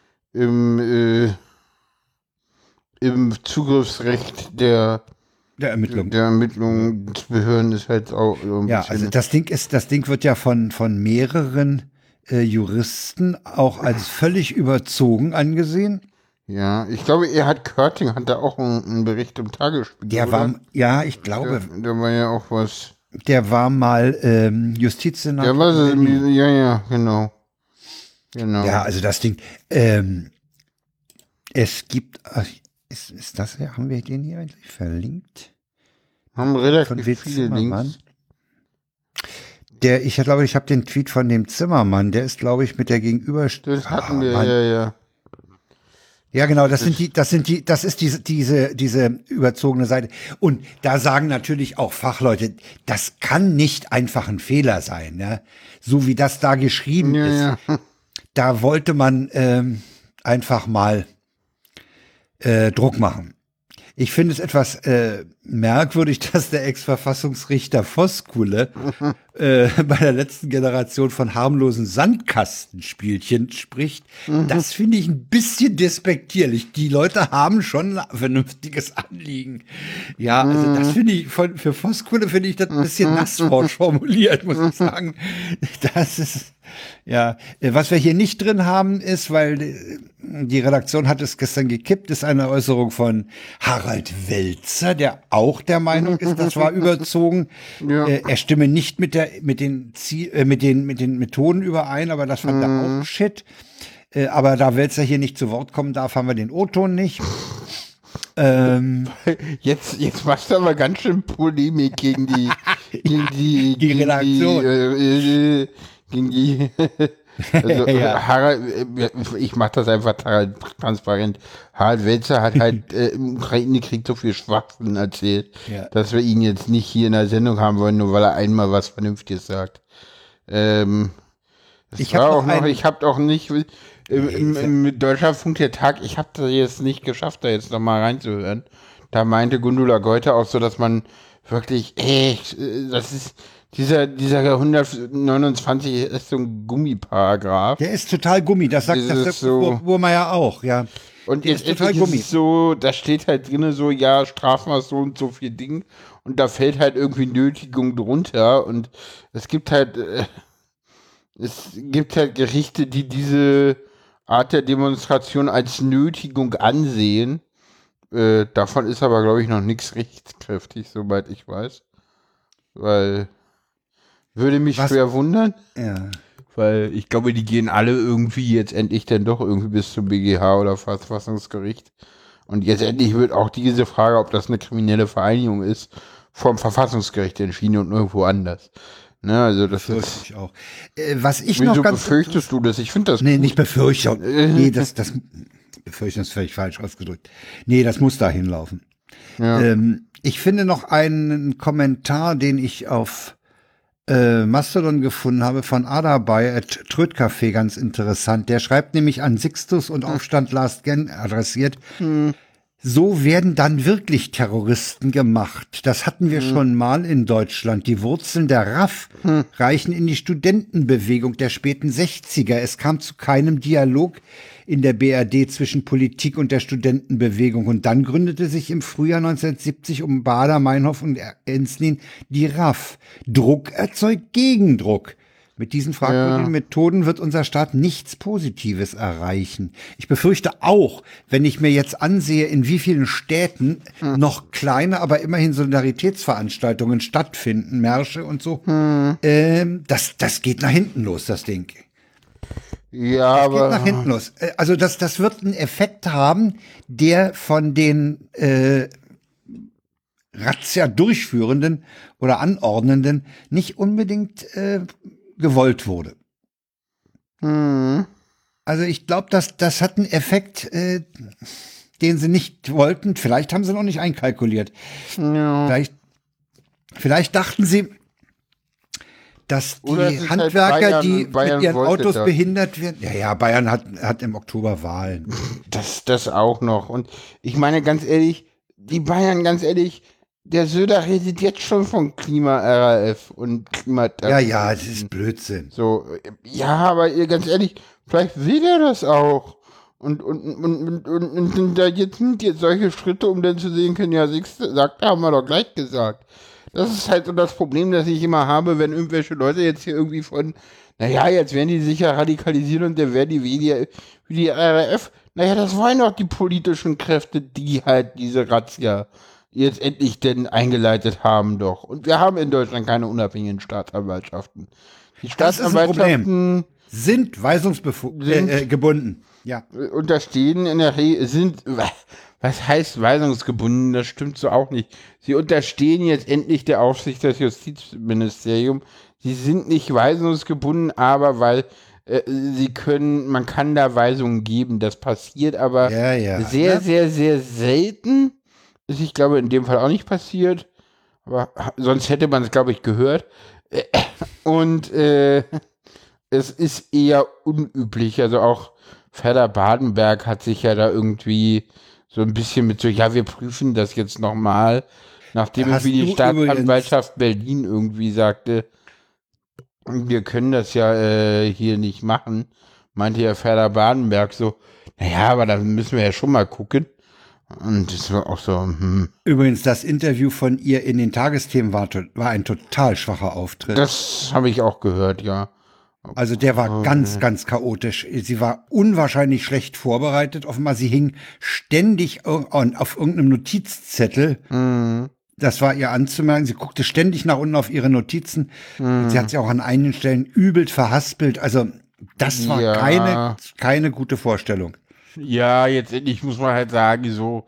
Zugriffsrecht der Ermittlungsbehörden ist halt auch ein ja, also das Ding wird ja von mehreren Juristen auch als völlig überzogen angesehen. Ja, ich glaube, Körting hat da auch einen Bericht im Tagesspiegel. Der oder? war, ja, ich glaube, Da war ja auch was. der war mal Justizsenator. Der war so, in Berlin. ja, genau. Genau. Ja, also das Ding. Es gibt, ist das hier, haben wir den hier eigentlich verlinkt? Haben Von relativ W. viele Zimmermann? Links. Ich glaube, ich habe den Tweet von dem Zimmermann, der ist, glaube ich, mit der Gegenüberstellung. Das hatten wir, ja. Ja, genau, das ist diese überzogene Seite. Und da sagen natürlich auch Fachleute, das kann nicht einfach ein Fehler sein, ne? So wie das da geschrieben ist. Ja. Da wollte man einfach mal Druck machen. Ich finde es etwas merkwürdig, dass der Ex-Verfassungsrichter Voskuhle bei der letzten Generation von harmlosen Sandkastenspielchen spricht. Das finde ich ein bisschen despektierlich. Die Leute haben schon ein vernünftiges Anliegen. Ja, also das finde ich, für Voskuhle finde ich das ein bisschen nassforsch formuliert, muss ich sagen. Das ist, ja, was wir hier nicht drin haben, ist, weil die Redaktion hat es gestern gekippt, ist eine Äußerung von Harald Welzer, der auch der Meinung ist, das war überzogen. Ja. Er stimme nicht mit den Methoden überein, aber das fand er auch shit. Aber da Welzer hier nicht zu Wort kommen darf, haben wir den O-Ton nicht. Jetzt machst du aber ganz schön Polemik gegen die Redaktion. Gegen die also, Ja. Harald, ich mach das einfach transparent. Harald Welzer hat halt im Ukraine-Krieg so viel Schwachsinn erzählt, Ja. dass wir ihn jetzt nicht hier in der Sendung haben wollen, nur weil er einmal was Vernünftiges sagt. Ich habe auch nicht im Deutschlandfunk der Tag, ich habe das jetzt nicht geschafft, da jetzt nochmal reinzuhören. Da meinte Gundula Geuter auch so, dass man wirklich, das ist dieser 129 ist so ein Gummiparagraph. Der ist total Gummi, das sagt Dieses das so- Burmeier auch, ja. Und Der jetzt ist total ist Gummi. es so, da steht halt drin so, ja, Strafmaß so und so viel Ding. Und da fällt halt irgendwie Nötigung drunter. Und es gibt halt Gerichte, die diese Art der Demonstration als Nötigung ansehen. Davon ist aber, glaube ich, noch nichts rechtskräftig, soweit ich weiß. Weil, würde mich schwer wundern. Ja. Weil ich glaube, die gehen alle irgendwie jetzt endlich dann doch irgendwie bis zum BGH oder Verfassungsgericht. Und jetzt endlich wird auch diese Frage, ob das eine kriminelle Vereinigung ist, vom Verfassungsgericht entschieden und nirgendwo anders. Ne, also das Fürchte ist. ich auch. Was ich Wieso noch ganz befürchtest du das? Ich finde das. Nee, nicht Befürchtung. Nee, das Befürchtung ist völlig falsch ausgedrückt. Nee, das muss da hinlaufen. Ja. Ich finde noch einen Kommentar, den ich auf Mastodon gefunden habe, von Adabay at Trödcafé, ganz interessant. Der schreibt nämlich an Sixtus und Aufstand Last Gen adressiert. So werden dann wirklich Terroristen gemacht. Das hatten wir schon mal in Deutschland. Die Wurzeln der RAF reichen in die Studentenbewegung der späten 60er. Es kam zu keinem Dialog in der BRD zwischen Politik und der Studentenbewegung. Und dann gründete sich im Frühjahr 1970 um Baader, Meinhof und Enslin die RAF. Druck erzeugt Gegendruck. Mit diesen fragwürdigen Methoden wird unser Staat nichts Positives erreichen. Ich befürchte auch, wenn ich mir jetzt ansehe, in wie vielen Städten noch kleine, aber immerhin Solidaritätsveranstaltungen stattfinden, Märsche und so, das geht nach hinten los, das Ding. Ja, Geht aber. nach hinten los. Also das wird einen Effekt haben, der von den Razzia Durchführenden oder Anordnenden nicht unbedingt gewollt wurde. Also ich glaube, das hat einen Effekt, den sie nicht wollten. Vielleicht haben sie noch nicht einkalkuliert. Ja. Vielleicht dachten sie, dass Oder die es ist halt Handwerker, die Bayern mit ihren wollte Autos das. behindert werden. Ja, Bayern hat im Oktober Wahlen. Das auch noch. Und ich meine, ganz ehrlich, die Bayern, ganz ehrlich, der Söder redet jetzt schon von Klima-RAF und Klimatherapie. Ja, das ist Blödsinn. So, ja, aber ihr, ganz ehrlich, vielleicht will er das auch. Und da jetzt sind jetzt solche Schritte, um dann zu sehen können, ja, sagt, haben wir doch gleich gesagt. Das ist halt so das Problem, das ich immer habe, wenn irgendwelche Leute jetzt hier irgendwie von, naja, jetzt werden die sich ja radikalisieren und der werden die wie die RAF. Naja, das waren doch die politischen Kräfte, die halt diese Razzia jetzt endlich denn eingeleitet haben doch. Und wir haben in Deutschland keine unabhängigen Staatsanwaltschaften. Die Das ist ein Problem. Staatsanwaltschaften Sind weisungsgebunden. Ja. unterstehen in der Regel, was heißt weisungsgebunden? Das stimmt so auch nicht. Sie unterstehen jetzt endlich der Aufsicht des Justizministeriums. Sie sind nicht weisungsgebunden, aber weil man kann da Weisungen geben. Das passiert aber sehr, sehr, sehr selten. Ist, ich glaube, in dem Fall auch nicht passiert. Aber sonst hätte man es, glaube ich, gehört. Und es ist eher unüblich. Also auch Ferda Badenberg hat sich ja da irgendwie so ein bisschen mit so, ja, wir prüfen das jetzt nochmal, nachdem irgendwie die Staatsanwaltschaft Berlin irgendwie sagte, wir können das ja hier nicht machen, meinte ja Ferda Badenberg so, naja, aber da müssen wir ja schon mal gucken. Und das war auch so, Übrigens, das Interview von ihr in den Tagesthemen war ein total schwacher Auftritt. Das habe ich auch gehört, ja. Also der war ganz, ganz chaotisch. Sie war unwahrscheinlich schlecht vorbereitet. Offenbar, sie hing ständig auf irgendeinem Notizzettel. Das war ihr anzumerken. Sie guckte ständig nach unten auf ihre Notizen. Und sie hat sich auch an einigen Stellen übel verhaspelt. Also das war keine gute Vorstellung. Ja, jetzt endlich muss man halt sagen, so,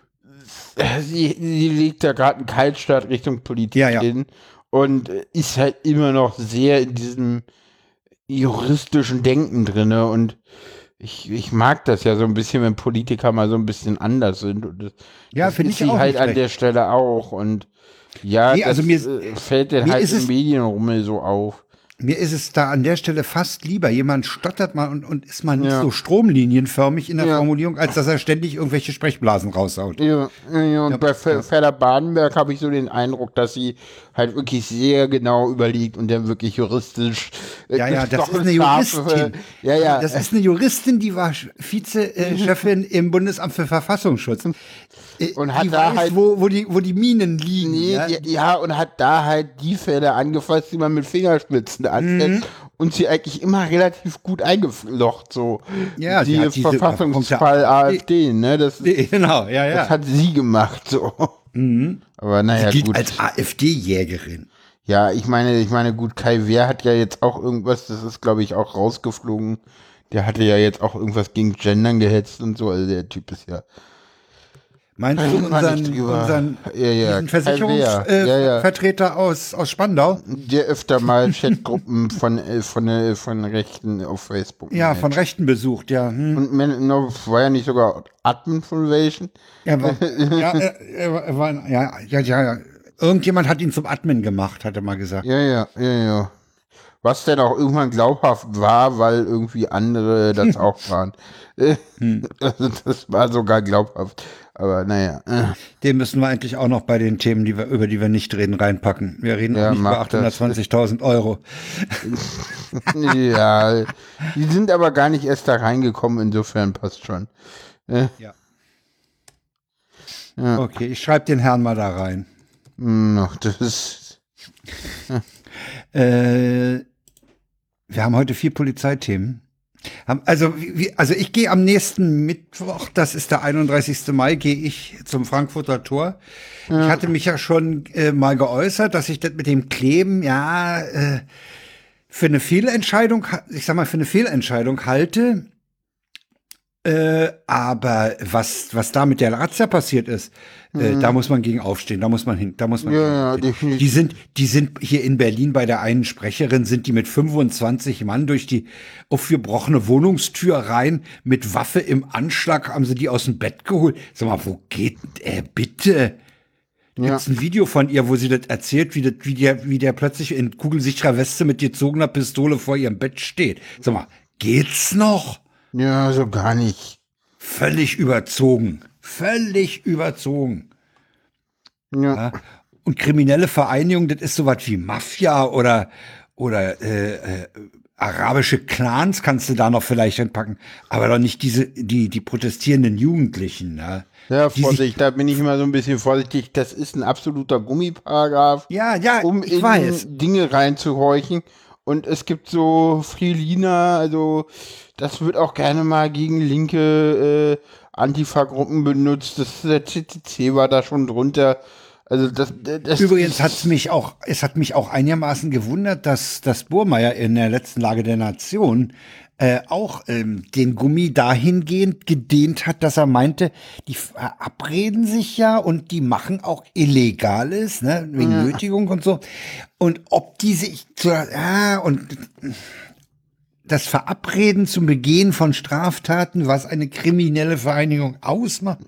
sie legt da gerade einen Kaltstart Richtung Politik hin und ist halt immer noch sehr in diesem juristischen Denken drinne und ich mag das ja so ein bisschen, wenn Politiker mal so ein bisschen anders sind. Und das finde ich auch halt an der Stelle auch und ja, also das fällt dann halt im Medienrummel so auf. Mir ist es da an der Stelle fast lieber, jemand stottert mal und ist mal nicht so stromlinienförmig in der Formulierung, als dass er ständig irgendwelche Sprechblasen raushaut. Und bei Ferda Badenberg habe ich so den Eindruck, dass sie halt wirklich sehr genau überlegt und dann wirklich juristisch. Das ist eine Juristin. Das ist eine Juristin, die war Vizechefin im Bundesamt für Verfassungsschutz. Und hat die da weiß, halt, wo die Minen liegen. Und hat da halt die Fälle angefasst, die man mit Fingerspitzen ansetzt und sie eigentlich immer relativ gut eingeflocht, so. Ja, die Verfassungsfall AfD, ne? Das hat sie gemacht, so. Aber naja, sie gilt gut. als AfD-Jägerin. Ja, ich meine, gut, Kai Wehr hat ja jetzt auch irgendwas, das ist, glaube ich, auch rausgeflogen. Der hatte ja jetzt auch irgendwas gegen Gendern gehetzt und so, also der Typ ist ja. Meinst du unseren Versicherungsvertreter aus Spandau? Der öfter mal Chatgruppen von Rechten auf Facebook. Ja, von Rechten besucht, ja. Und war ja nicht sogar Admin von welchen? Er war, irgendjemand hat ihn zum Admin gemacht, hat er mal gesagt. Ja. Was denn auch irgendwann glaubhaft war, weil irgendwie andere das auch waren. Also das war sogar glaubhaft. Aber naja. Den müssen wir eigentlich auch noch bei den Themen, über die wir nicht reden, reinpacken. Wir reden auch nicht über 820.000 Euro. Ja, die sind aber gar nicht erst da reingekommen, insofern passt schon. Ja. Okay, ich schreibe den Herrn mal da rein. Das ist... Wir haben heute 4 Polizeithemen. Also ich gehe am nächsten Mittwoch, das ist der 31. Mai, gehe ich zum Frankfurter Tor. Ja. Ich hatte mich ja schon mal geäußert, dass ich das mit dem Kleben, für eine Fehlentscheidung halte. Aber was da mit der Razzia passiert ist, da muss man gegen aufstehen, da muss man hin. Definitiv. Die sind hier in Berlin bei der einen Sprecherin, sind die mit 25 Mann durch die aufgebrochene Wohnungstür rein, mit Waffe im Anschlag, haben sie die aus dem Bett geholt. Sag mal, wo geht bitte? Gibt's ein Video von ihr, wo sie das erzählt, wie der plötzlich in kugelsicherer Weste mit gezogener Pistole vor ihrem Bett steht. Sag mal, geht's noch? Ja, so gar nicht. Völlig überzogen. Ja. Und kriminelle Vereinigung, das ist sowas wie Mafia oder arabische Clans kannst du da noch vielleicht entpacken, aber doch nicht die protestierenden Jugendlichen, ne? Ja, Vorsicht, da bin ich immer so ein bisschen vorsichtig. Das ist ein absoluter Gummiparagraph, Ja, um ich in weiß. Dinge reinzuhorchen. Und es gibt so Freeliner, also das wird auch gerne mal gegen linke Antifa-Gruppen benutzt. Der CCC war da schon drunter. Also das Übrigens es hat mich auch einigermaßen gewundert, dass Burmeier in der letzten Lage der Nation auch den Gummi dahingehend gedehnt hat, dass er meinte, die verabreden sich ja und die machen auch Illegales, ne, wegen Nötigung und so. Und ob die sich und das Verabreden zum Begehen von Straftaten, was eine kriminelle Vereinigung ausmacht,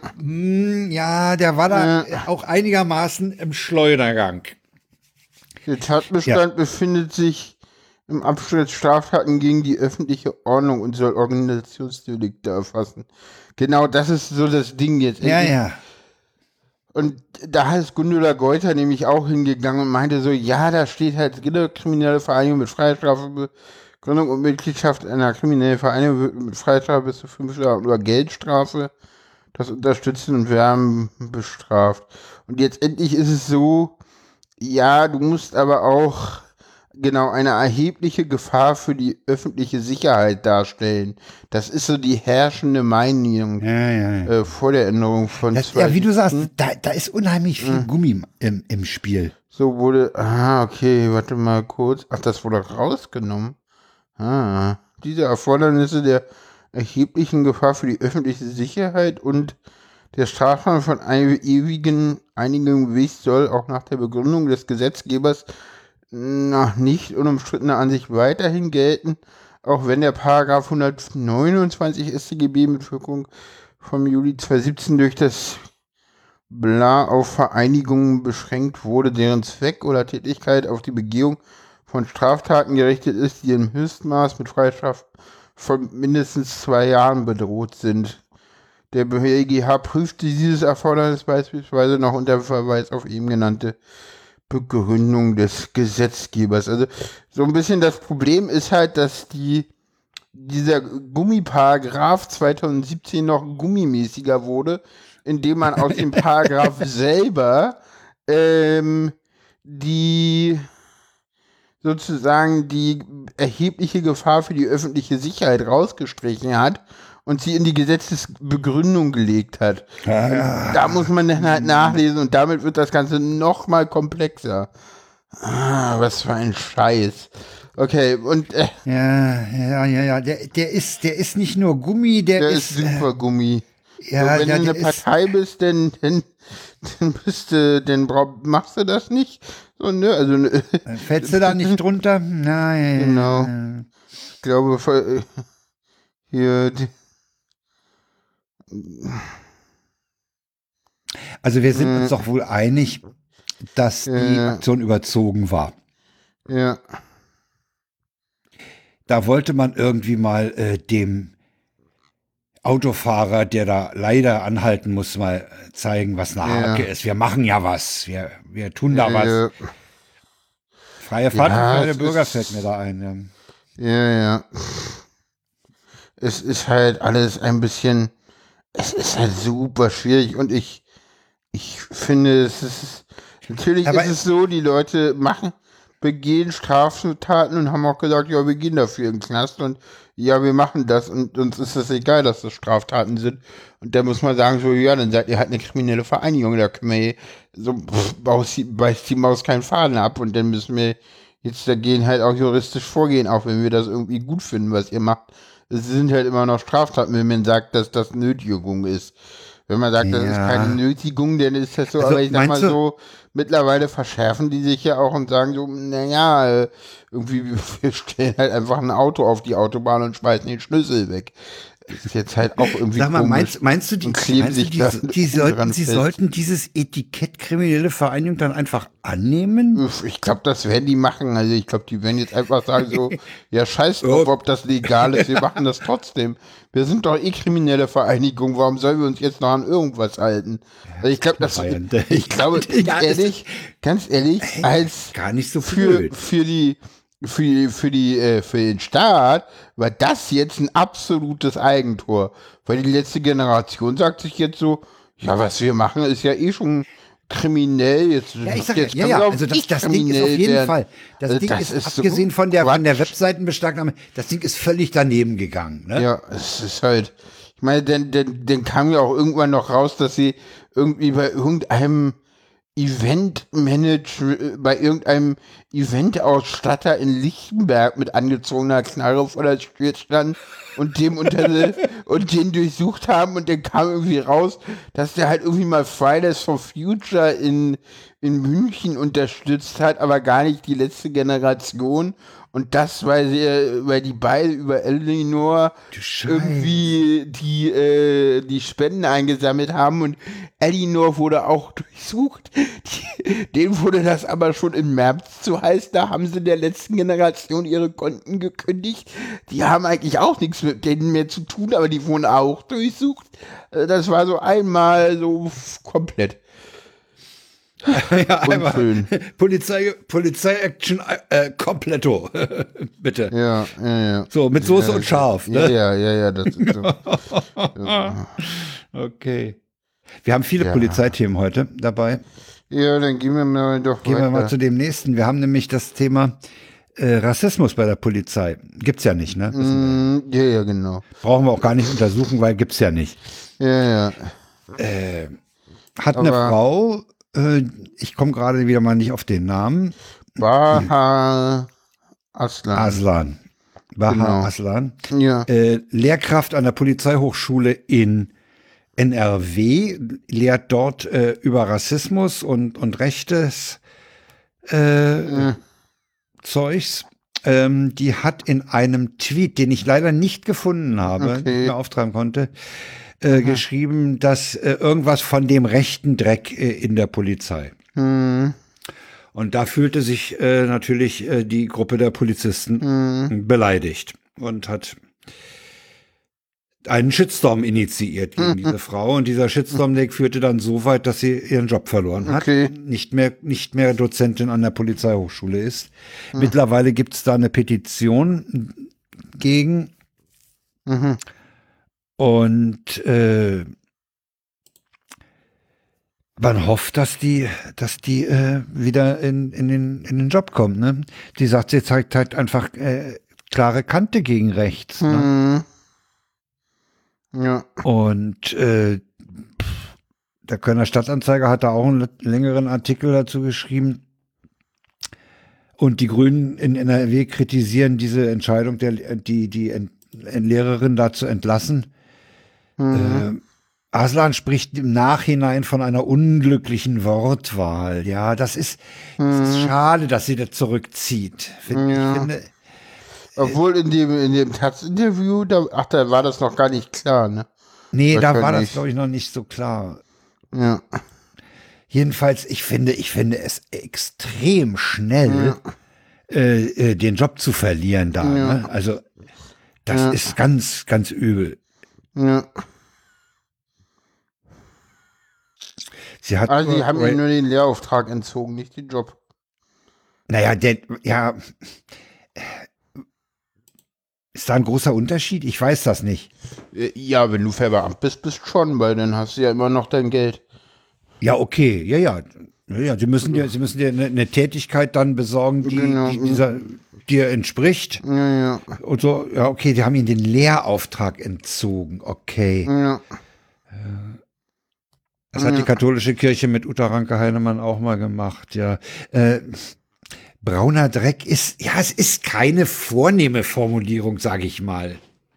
ja, der war da auch einigermaßen im Schleudergang. Der Tatbestand befindet sich im Abschnitt Straftaten gegen die öffentliche Ordnung und soll Organisationsdelikte erfassen. Genau, das ist so das Ding jetzt. Ja. Und da ist Gundula Geuter nämlich auch hingegangen und meinte so, ja, da steht halt kriminelle Vereinigung mit Freiheitsstrafegründung und Mitgliedschaft einer kriminellen Vereinigung wird mit Freiheitsstrafe bis zu 5 Jahren oder Geldstrafe das Unterstützen und Werben bestraft. Und jetzt endlich ist es so, ja, du musst aber auch eine erhebliche Gefahr für die öffentliche Sicherheit darstellen. Das ist so die herrschende Meinung vor der Änderung von wie du sagst, da ist unheimlich viel Gummi im Spiel. So wurde, okay, warte mal kurz. Ach, das wurde rausgenommen. Diese Erfordernisse der erheblichen Gefahr für die öffentliche Sicherheit und der Strafrahmen von einem ewigen Einigungsweg soll auch nach der Begründung des Gesetzgebers nach nicht unumstrittener Ansicht weiterhin gelten, auch wenn der Paragraph 129 StGB mit Wirkung vom Juli 2017 durch das Bla auf Vereinigungen beschränkt wurde, deren Zweck oder Tätigkeit auf die Begehung von Straftaten gerichtet ist, die im Höchstmaß mit Freiheitsstrafe von mindestens 2 Jahren bedroht sind. Der BGH prüfte dieses Erfordernis beispielsweise noch unter Verweis auf eben genannte Begründung des Gesetzgebers. Also so ein bisschen das Problem ist halt, dass dieser Gummiparagraph 2017 noch gummimäßiger wurde, indem man aus dem Paragraph selber die erhebliche Gefahr für die öffentliche Sicherheit rausgestrichen hat und sie in die Gesetzesbegründung gelegt hat. Da muss man dann halt nachlesen und damit wird das Ganze noch mal komplexer. Was für ein Scheiß. Okay, und Ja. Der ist nicht nur Gummi, der ist super Gummi. Ja, wenn du eine Partei bist, dann machst du das nicht. So, ne? Also, fällst du da nicht drunter? Nein. Genau. Ich glaube, hier. Also wir sind uns doch wohl einig, dass die Aktion überzogen war. Ja. Da wollte man irgendwie mal dem Autofahrer, der da leider anhalten muss, mal zeigen, was eine Hake ist. Wir machen ja was. Wir tun da was. Freie Fahrt und freie Bürger fällt mir da ein. Ja. Es ist halt alles ein bisschen, es ist halt super schwierig und ich finde, natürlich ist es so, die Leute begehen Straftaten und haben auch gesagt, ja, wir gehen dafür in den Knast und ja, wir machen das und uns ist es egal, dass das Straftaten sind. Und da muss man sagen, so, ja, dann seid ihr halt eine kriminelle Vereinigung, da können wir beißt die Maus keinen Faden ab und dann müssen wir jetzt dagegen halt auch juristisch vorgehen, auch wenn wir das irgendwie gut finden, was ihr macht. Es sind halt immer noch Straftaten, wenn man sagt, dass das Nötigung ist. Wenn man sagt, das ist keine Nötigung, dann ist das so, also, aber ich sag mal so, mittlerweile verschärfen die sich ja auch und sagen so, naja, irgendwie, wir stellen halt einfach ein Auto auf die Autobahn und schmeißen den Schlüssel weg. Das ist jetzt halt auch irgendwie Sag mal, komisch. meinst du, die sollten dieses Etikett kriminelle Vereinigung dann einfach annehmen? Ich glaube, das werden die machen. Also ich glaube, die werden jetzt einfach sagen so, ja, scheiß drauf, ob das legal ist, wir machen das trotzdem. Wir sind doch kriminelle Vereinigung, warum sollen wir uns jetzt noch an irgendwas halten? Also ich glaube, ganz ehrlich, als gar nicht so blöd. für die für den Staat war das jetzt ein absolutes Eigentor. Weil die letzte Generation sagt sich jetzt so, ja, was wir machen, ist ja eh schon kriminell. Jetzt, Ja, ich sag jetzt ja, können wir auch also nicht das Ding ist auf kriminell jeden werden. Fall. Das Also Ding das ist, so abgesehen von der Quatsch. Webseitenbeschlagnahme, das Ding ist völlig daneben gegangen. Ne? Ja, es ist halt, ich meine, dann kam ja auch irgendwann noch raus, dass sie irgendwie bei irgendeinem bei irgendeinem Eventausstatter in Lichtenberg mit angezogener Knarre vor der Tür stand und und den durchsucht haben und dann kam irgendwie raus, dass der halt irgendwie mal Fridays for Future in München unterstützt hat, aber gar nicht die letzte Generation. Und das, weil die beide über Eleanor Du Scheiße. irgendwie die Spenden eingesammelt haben und Eleanor wurde auch durchsucht. Denen wurde das aber schon im März zu heiß, da haben sie der letzten Generation ihre Konten gekündigt. Die haben eigentlich auch nichts mit denen mehr zu tun, aber die wurden auch durchsucht. Das war so einmal so komplett. Ja, einmal Unschön. Polizei-Action kompletto. Bitte. Ja. So, mit Soße und scharf. Ne? Ja, das ist so. Okay. Wir haben viele Ja. Polizeithemen heute dabei. Ja, dann gehen wir mal doch Gehen wir mal weiter. zu dem nächsten. Wir haben nämlich das Thema Rassismus bei der Polizei. Gibt's ja nicht, ne? Wissen wir. Ja, genau. Brauchen wir auch gar nicht untersuchen, weil gibt's ja nicht. Ja. Hat eine Aber- Frau, ich komme gerade wieder mal nicht auf den Namen, Baha Aslan. Aslan. Baha Genau. Aslan. Ja. Lehrkraft an der Polizeihochschule in NRW, lehrt dort über Rassismus und rechtes Zeugs. Die hat in einem Tweet, den ich leider nicht gefunden habe, Okay. nicht mehr auftreiben konnte, geschrieben, dass irgendwas von dem rechten Dreck in der Polizei. Hm. Und da fühlte sich natürlich die Gruppe der Polizisten beleidigt und hat einen Shitstorm initiiert gegen diese Frau. Und dieser Shitstorm, der führte dann so weit, dass sie ihren Job verloren hat. Okay. Nicht mehr Dozentin an der Polizeihochschule ist. Mittlerweile gibt es da eine Petition gegen. Und man hofft, dass die wieder in den Job kommt. Ne? Die sagt, sie zeigt halt einfach klare Kante gegen rechts. Ne? Ja. Und der Kölner Stadtanzeiger hat da auch einen längeren Artikel dazu geschrieben. Und die Grünen in NRW kritisieren diese Entscheidung, die Lehrerin da zu entlassen. Aslan spricht im Nachhinein von einer unglücklichen Wortwahl. Ja, das ist schade, dass sie das zurückzieht. Ich finde, Obwohl in dem Taz-Interview, da war das noch gar nicht klar, ne? nee, da war das, Wahrscheinlich. glaube ich, noch nicht so klar. Ja. Jedenfalls, ich finde es extrem schnell, den Job zu verlieren da. Ne? Also, das ist ganz, ganz übel. Ja. Sie hat Also die haben ihr nur den Lehrauftrag entzogen, nicht den Job. naja, ist da ein großer Unterschied? Ich weiß das nicht. Ja, wenn du verbeamtet bist schon, weil dann hast du ja immer noch dein Geld. Ja, okay, ja. Sie müssen dir eine Tätigkeit dann besorgen, die Genau. dir entspricht. Ja. Und so, ja, okay, die haben ihnen den Lehrauftrag entzogen. Okay. Ja. Das hat die katholische Kirche mit Uta Ranke-Heinemann auch mal gemacht, ja. Brauner Dreck es ist keine vornehme Formulierung, sage ich mal.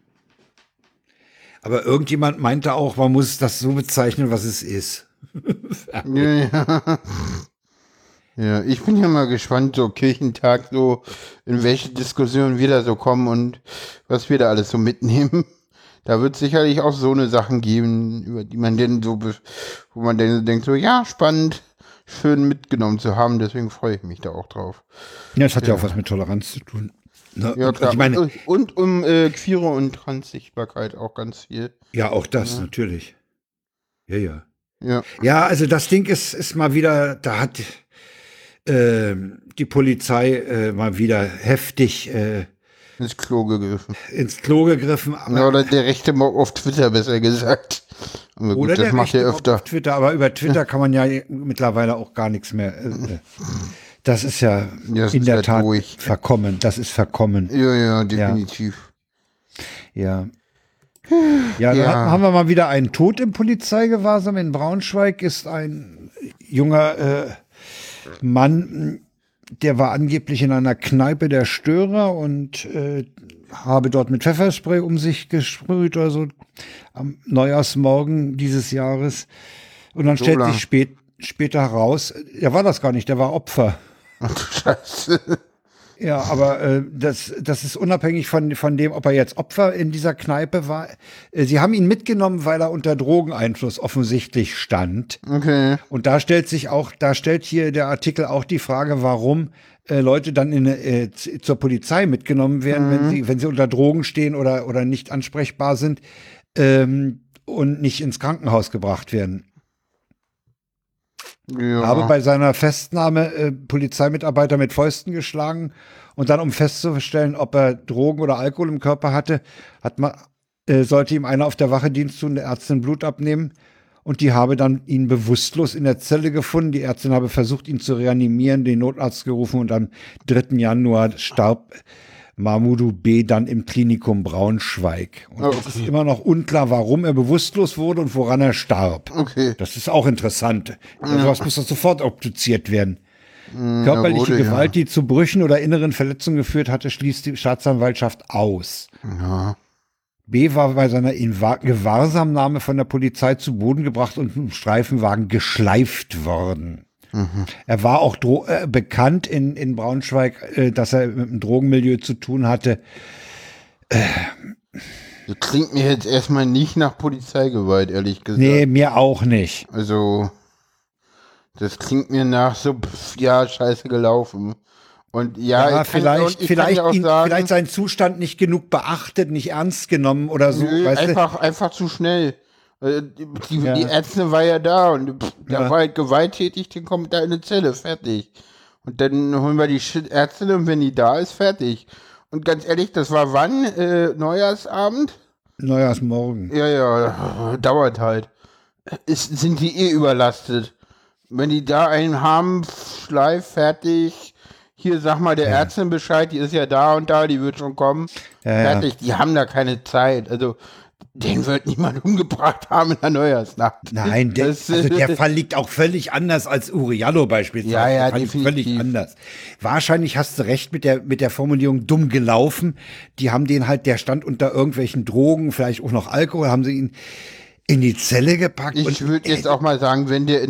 Aber irgendjemand meinte auch, man muss das so bezeichnen, was es ist. Ja. Ja, ich bin ja mal gespannt, so Kirchentag, so in welche Diskussionen wir da so kommen und was wir da alles so mitnehmen. Da wird sicherlich auch so eine Sachen geben, über die man denn so, wo man dann denkt, so, ja, spannend, schön mitgenommen zu haben, deswegen freue ich mich da auch drauf. Ja, es hat ja auch was mit Toleranz zu tun. Ne? Ja, Und klar. ich meine, und um Queere und Transsichtbarkeit auch ganz viel. ja, auch das, natürlich. Ja. Ja. Ja, also das Ding ist mal wieder, da hat die Polizei mal wieder heftig ins Klo gegriffen. Aber oder der rechte Mob auf Twitter, besser gesagt. Aber gut, oder das der macht er rechte öfter. auf Twitter, aber über Twitter kann man ja mittlerweile auch gar nichts mehr. Das ist ja Das in ist der halt Tat ruhig. verkommen. Das ist verkommen. Ja, definitiv. Ja. Ja, dann haben wir mal wieder einen Tod im Polizeigewahrsam. In Braunschweig ist ein junger Mann, der war angeblich in einer Kneipe der Störer und habe dort mit Pfefferspray um sich gesprüht oder so am Neujahrsmorgen dieses Jahres. Und dann stellt sich später heraus, er war das gar nicht, der war Opfer. Ach du Scheiße. Ja, aber das ist unabhängig von dem, ob er jetzt Opfer in dieser Kneipe war. Sie haben ihn mitgenommen, weil er unter Drogeneinfluss offensichtlich stand. Okay. Und da stellt hier der Artikel auch die Frage, warum Leute dann zur Polizei mitgenommen werden, wenn sie unter Drogen stehen oder nicht ansprechbar sind und nicht ins Krankenhaus gebracht werden. Ja. Habe bei seiner Festnahme Polizeimitarbeiter mit Fäusten geschlagen und dann, um festzustellen, ob er Drogen oder Alkohol im Körper hatte, sollte ihm einer auf der Wache Dienst tun, der Ärztin Blut abnehmen und die habe dann ihn bewusstlos in der Zelle gefunden. Die Ärztin habe versucht, ihn zu reanimieren, den Notarzt gerufen und am 3. Januar starb Mahmoudou B. dann im Klinikum Braunschweig. Und es ist immer noch unklar, warum er bewusstlos wurde und woran er starb. Okay. Das ist auch interessant. Sowas muss doch sofort obduziert werden. Körperliche Gewalt, die zu Brüchen oder inneren Verletzungen geführt hatte, schließt die Staatsanwaltschaft aus. Ja. B. war bei seiner Gewahrsamnahme von der Polizei zu Boden gebracht und im Streifenwagen geschleift worden. Er war auch bekannt in Braunschweig, dass er mit dem Drogenmilieu zu tun hatte. Das klingt mir jetzt erstmal nicht nach Polizeigewalt, ehrlich gesagt. Nee, mir auch nicht. Also, das klingt mir nach so, scheiße gelaufen. Und vielleicht seinen Zustand nicht genug beachtet, nicht ernst genommen oder so. Nö, weißt du? einfach zu schnell. Die Ärztin war ja da und der war halt gewalttätig, den kommt da in eine Zelle, fertig. Und dann holen wir die Ärztin und wenn die da ist, fertig. Und ganz ehrlich, das war wann? Neujahrsabend? Neujahrsmorgen. Ja, dauert halt. Sind die überlastet. Wenn die da einen haben, Schleif, fertig. Hier, sag mal der Ärztin Bescheid, die ist ja da und da, die wird schon kommen. Fertig, die haben da keine Zeit. Also, den wird niemand umgebracht haben in der Neujahrsnacht. Nein, der Fall liegt auch völlig anders als Uriallo beispielsweise. Ja, der definitiv. Völlig anders. Wahrscheinlich hast du recht mit der Formulierung dumm gelaufen. Die haben den halt, der stand unter irgendwelchen Drogen, vielleicht auch noch Alkohol, haben sie ihn in die Zelle gepackt. Ich würde jetzt auch mal sagen, wenn der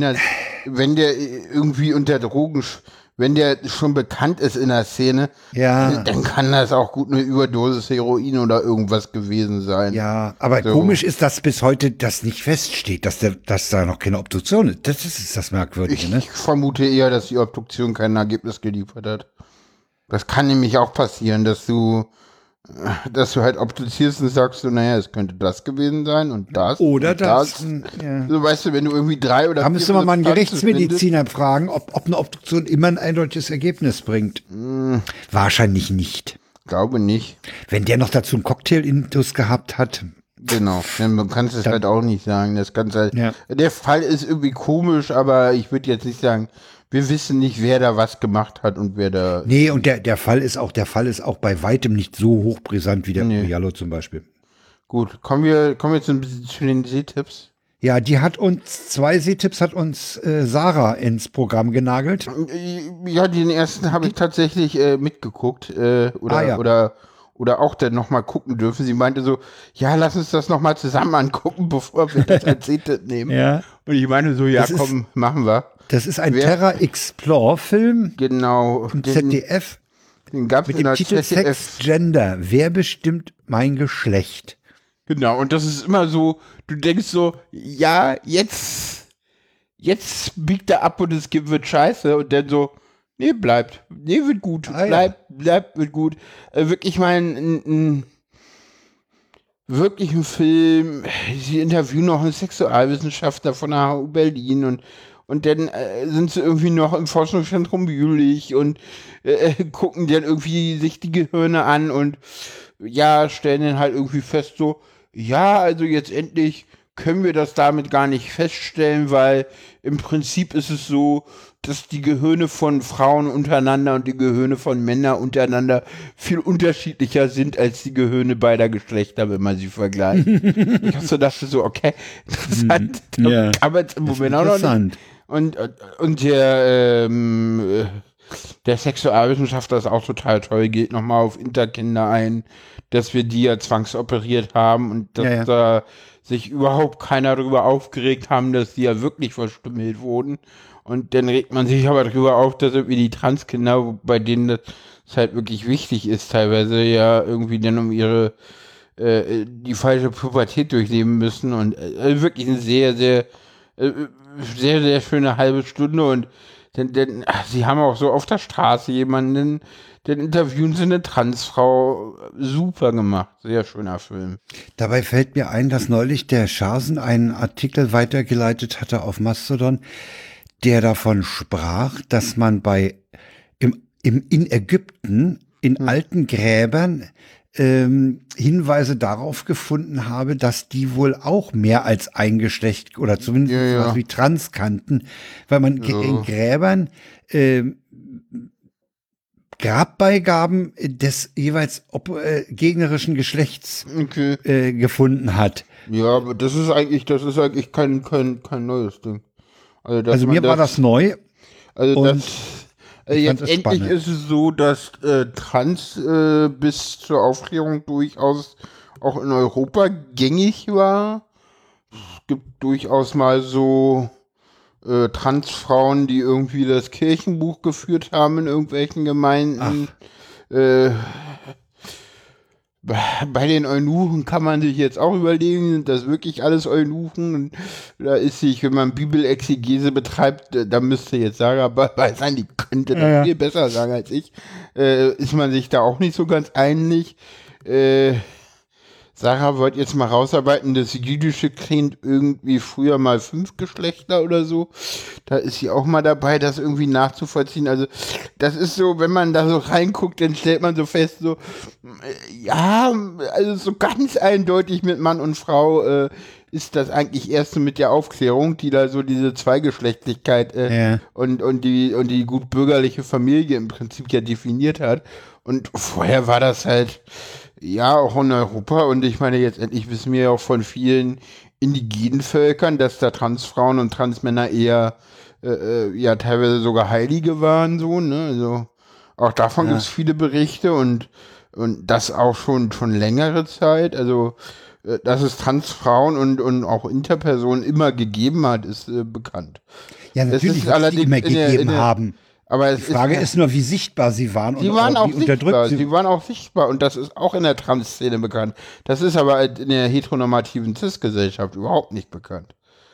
irgendwie unter Drogen, wenn der schon bekannt ist in der Szene, dann kann das auch gut eine Überdosis Heroin oder irgendwas gewesen sein. Ja, aber so. Komisch ist, dass bis heute das nicht feststeht, dass da noch keine Obduktion ist. Das ist das Merkwürdige, ne? Ich vermute eher, dass die Obduktion kein Ergebnis geliefert hat. Das kann nämlich auch passieren, dass du halt obduzierst und sagst so, naja, es könnte das gewesen sein und das. Oder und das. Ja. So, weißt du, wenn du irgendwie 3 oder 4... Da müsste man mal einen Gerichtsmediziner fragen, ob eine Obduktion immer ein eindeutiges Ergebnis bringt. Wahrscheinlich nicht. Glaube nicht. Wenn der noch dazu einen Cocktail-Intus gehabt hat. Genau, dann kannst du es halt auch nicht sagen. Das kannst halt, Der Fall ist irgendwie komisch, aber ich würde jetzt nicht sagen, wir wissen nicht, wer da was gemacht hat und wer da... Nee, und der Fall ist auch bei weitem nicht so hochbrisant wie der Uriallo zum Beispiel. Gut, kommen wir jetzt ein bisschen zu den Sehtipps. Ja, zwei Sehtipps hat uns Sarah ins Programm genagelt. Ja, den ersten habe ich tatsächlich mitgeguckt oder auch dann nochmal gucken dürfen. Sie meinte so, ja, lass uns das nochmal zusammen angucken, bevor wir das als Sehtipp nehmen. Ja. Und ich meine so, machen wir. Das ist ein Terra Explore-Film. Genau. Im ZDF. Den gab's mit dem Titel Sex Gender. Wer bestimmt mein Geschlecht? Genau, und das ist immer so, du denkst so, ja, jetzt biegt er ab und es wird scheiße und dann so, nee, bleibt. Nee, wird gut. Bleibt, wird gut. Wirklich mal wirklich ein Film. Sie interviewen noch einen Sexualwissenschaftler von der HU Berlin und und dann sind sie irgendwie noch im Forschungszentrum Jülich und gucken dann irgendwie sich die Gehirne an und ja, stellen dann halt irgendwie fest so, ja, also jetzt endlich können wir das damit gar nicht feststellen, weil im Prinzip ist es so, dass die Gehirne von Frauen untereinander und die Gehirne von Männern untereinander viel unterschiedlicher sind als die Gehirne beider Geschlechter, wenn man sie vergleicht. Ich hab so dachte so, okay, interessant. Ja, Aber jetzt im Moment auch noch nicht. Und der Sexualwissenschaftler ist auch total toll, geht nochmal auf Interkinder ein, dass wir die ja zwangsoperiert haben und dass da sich überhaupt keiner darüber aufgeregt haben, dass die ja wirklich verstümmelt wurden. Und dann regt man sich aber darüber auf, dass irgendwie die Transkinder, bei denen das halt wirklich wichtig ist, teilweise ja irgendwie dann um ihre die falsche Pubertät durchleben müssen und wirklich eine sehr, sehr schöne halbe Stunde und sie haben auch so auf der Straße jemanden, dann interviewen sie eine Transfrau, super gemacht, sehr schöner Film. Dabei fällt mir ein, dass neulich der Scharsen einen Artikel weitergeleitet hatte auf Mastodon, der davon sprach, dass man in Ägypten in alten Gräbern Hinweise darauf gefunden habe, dass die wohl auch mehr als ein Geschlecht oder zumindest was wie trans kannten, weil man in Gräbern Grabbeigaben des jeweils gegnerischen Geschlechts gefunden hat. Ja, aber das ist eigentlich kein neues Ding. Also mir war das neu. Also jetzt endlich spannend. Ist es so, dass Trans bis zur Aufklärung durchaus auch in Europa gängig war. Es gibt durchaus mal so Transfrauen, die irgendwie das Kirchenbuch geführt haben in irgendwelchen Gemeinden. Bei den Eunuchen kann man sich jetzt auch überlegen, sind das wirklich alles Eunuchen? Und da ist sich, wenn man Bibelexegese betreibt, da müsste jetzt Sarah bei sein, die könnte das viel besser sagen als ich, ist man sich da auch nicht so ganz einig. Sarah wollte jetzt mal rausarbeiten, das jüdische kennt irgendwie früher mal 5 Geschlechter oder so. Da ist sie auch mal dabei, das irgendwie nachzuvollziehen. Also das ist so, wenn man da so reinguckt, dann stellt man so fest, so ja, also so ganz eindeutig mit Mann und Frau ist das eigentlich erst so mit der Aufklärung, die da so diese Zweigeschlechtlichkeit und die gut bürgerliche Familie im Prinzip ja definiert hat. Und vorher war das halt ja, auch in Europa und ich meine, jetzt endlich wissen wir ja auch von vielen indigenen Völkern, dass da Transfrauen und Transmänner eher ja teilweise sogar Heilige waren, so, ne, also auch davon gibt es viele Berichte und das auch schon längere Zeit, also dass es Transfrauen und auch Interpersonen immer gegeben hat, ist bekannt. Ja, natürlich wird es die immer gegeben haben. Aber die Frage ist nur, wie sichtbar sie waren und wie unterdrückt sie waren auch sichtbar und das ist auch in der Trans-Szene bekannt. Das ist aber in der heteronormativen Cis-Gesellschaft überhaupt nicht bekannt.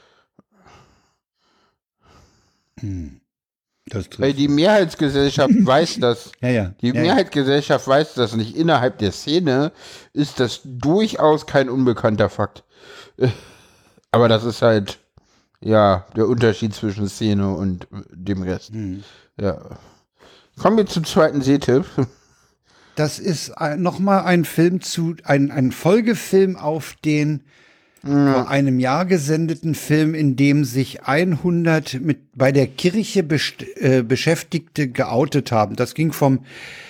Weil die Mehrheitsgesellschaft weiß das. Die Mehrheitsgesellschaft weiß das nicht. Innerhalb der Szene ist das durchaus kein unbekannter Fakt. Aber das ist halt, ja, der Unterschied zwischen Szene und dem Rest. Ja. Kommen wir zum zweiten Sehtipp. Das ist nochmal ein ein Folgefilm auf den vor einem Jahr gesendeten Film, in dem sich 100 bei der Kirche Beschäftigte geoutet haben. Das ging von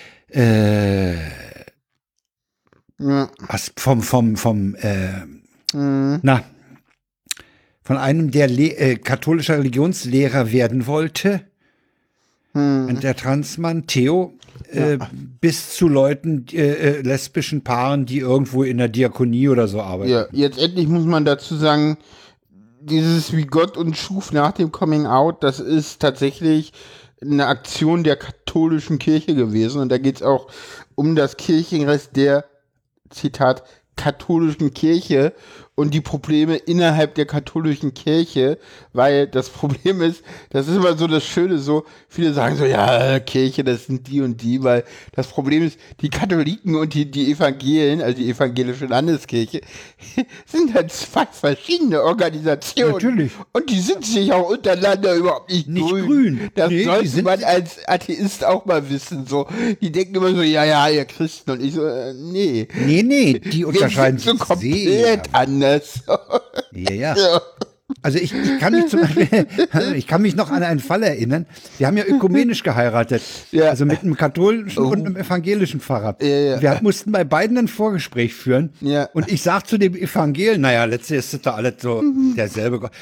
einem, der katholischer Religionslehrer werden wollte. Und der Transmann Theo bis zu Leuten, lesbischen Paaren, die irgendwo in der Diakonie oder so arbeiten. Ja, jetzt endlich muss man dazu sagen, dieses wie Gott uns schuf nach dem Coming Out, das ist tatsächlich eine Aktion der katholischen Kirche gewesen. Und da geht es auch um das Kirchenrecht der, Zitat, katholischen Kirche. und die Probleme innerhalb der katholischen Kirche, weil das Problem ist, das ist immer so das Schöne, so viele sagen so, ja, Kirche, das sind die und die, weil das Problem ist, die Katholiken und die Evangelien, also die evangelische Landeskirche, sind halt zwei verschiedene Organisationen. Natürlich. Und die sind sich auch untereinander überhaupt nicht grün. Das Nee, sollte man als Atheist auch mal wissen, so. Die denken immer so, ja, ihr Christen, und ich so, nee. Nee, die unterscheiden Wir sind so sich komplett sehr. anders. Ja. Also ich kann mich zum Beispiel, ich kann mich noch an einen Fall erinnern. Wir haben ja ökumenisch geheiratet. Ja. Also mit einem katholischen und einem evangelischen Pfarrer. Ja. Wir mussten bei beiden ein Vorgespräch führen. Ja. Und ich sag zu dem Evangel, naja, letztlich ist das da alles so derselbe Gott.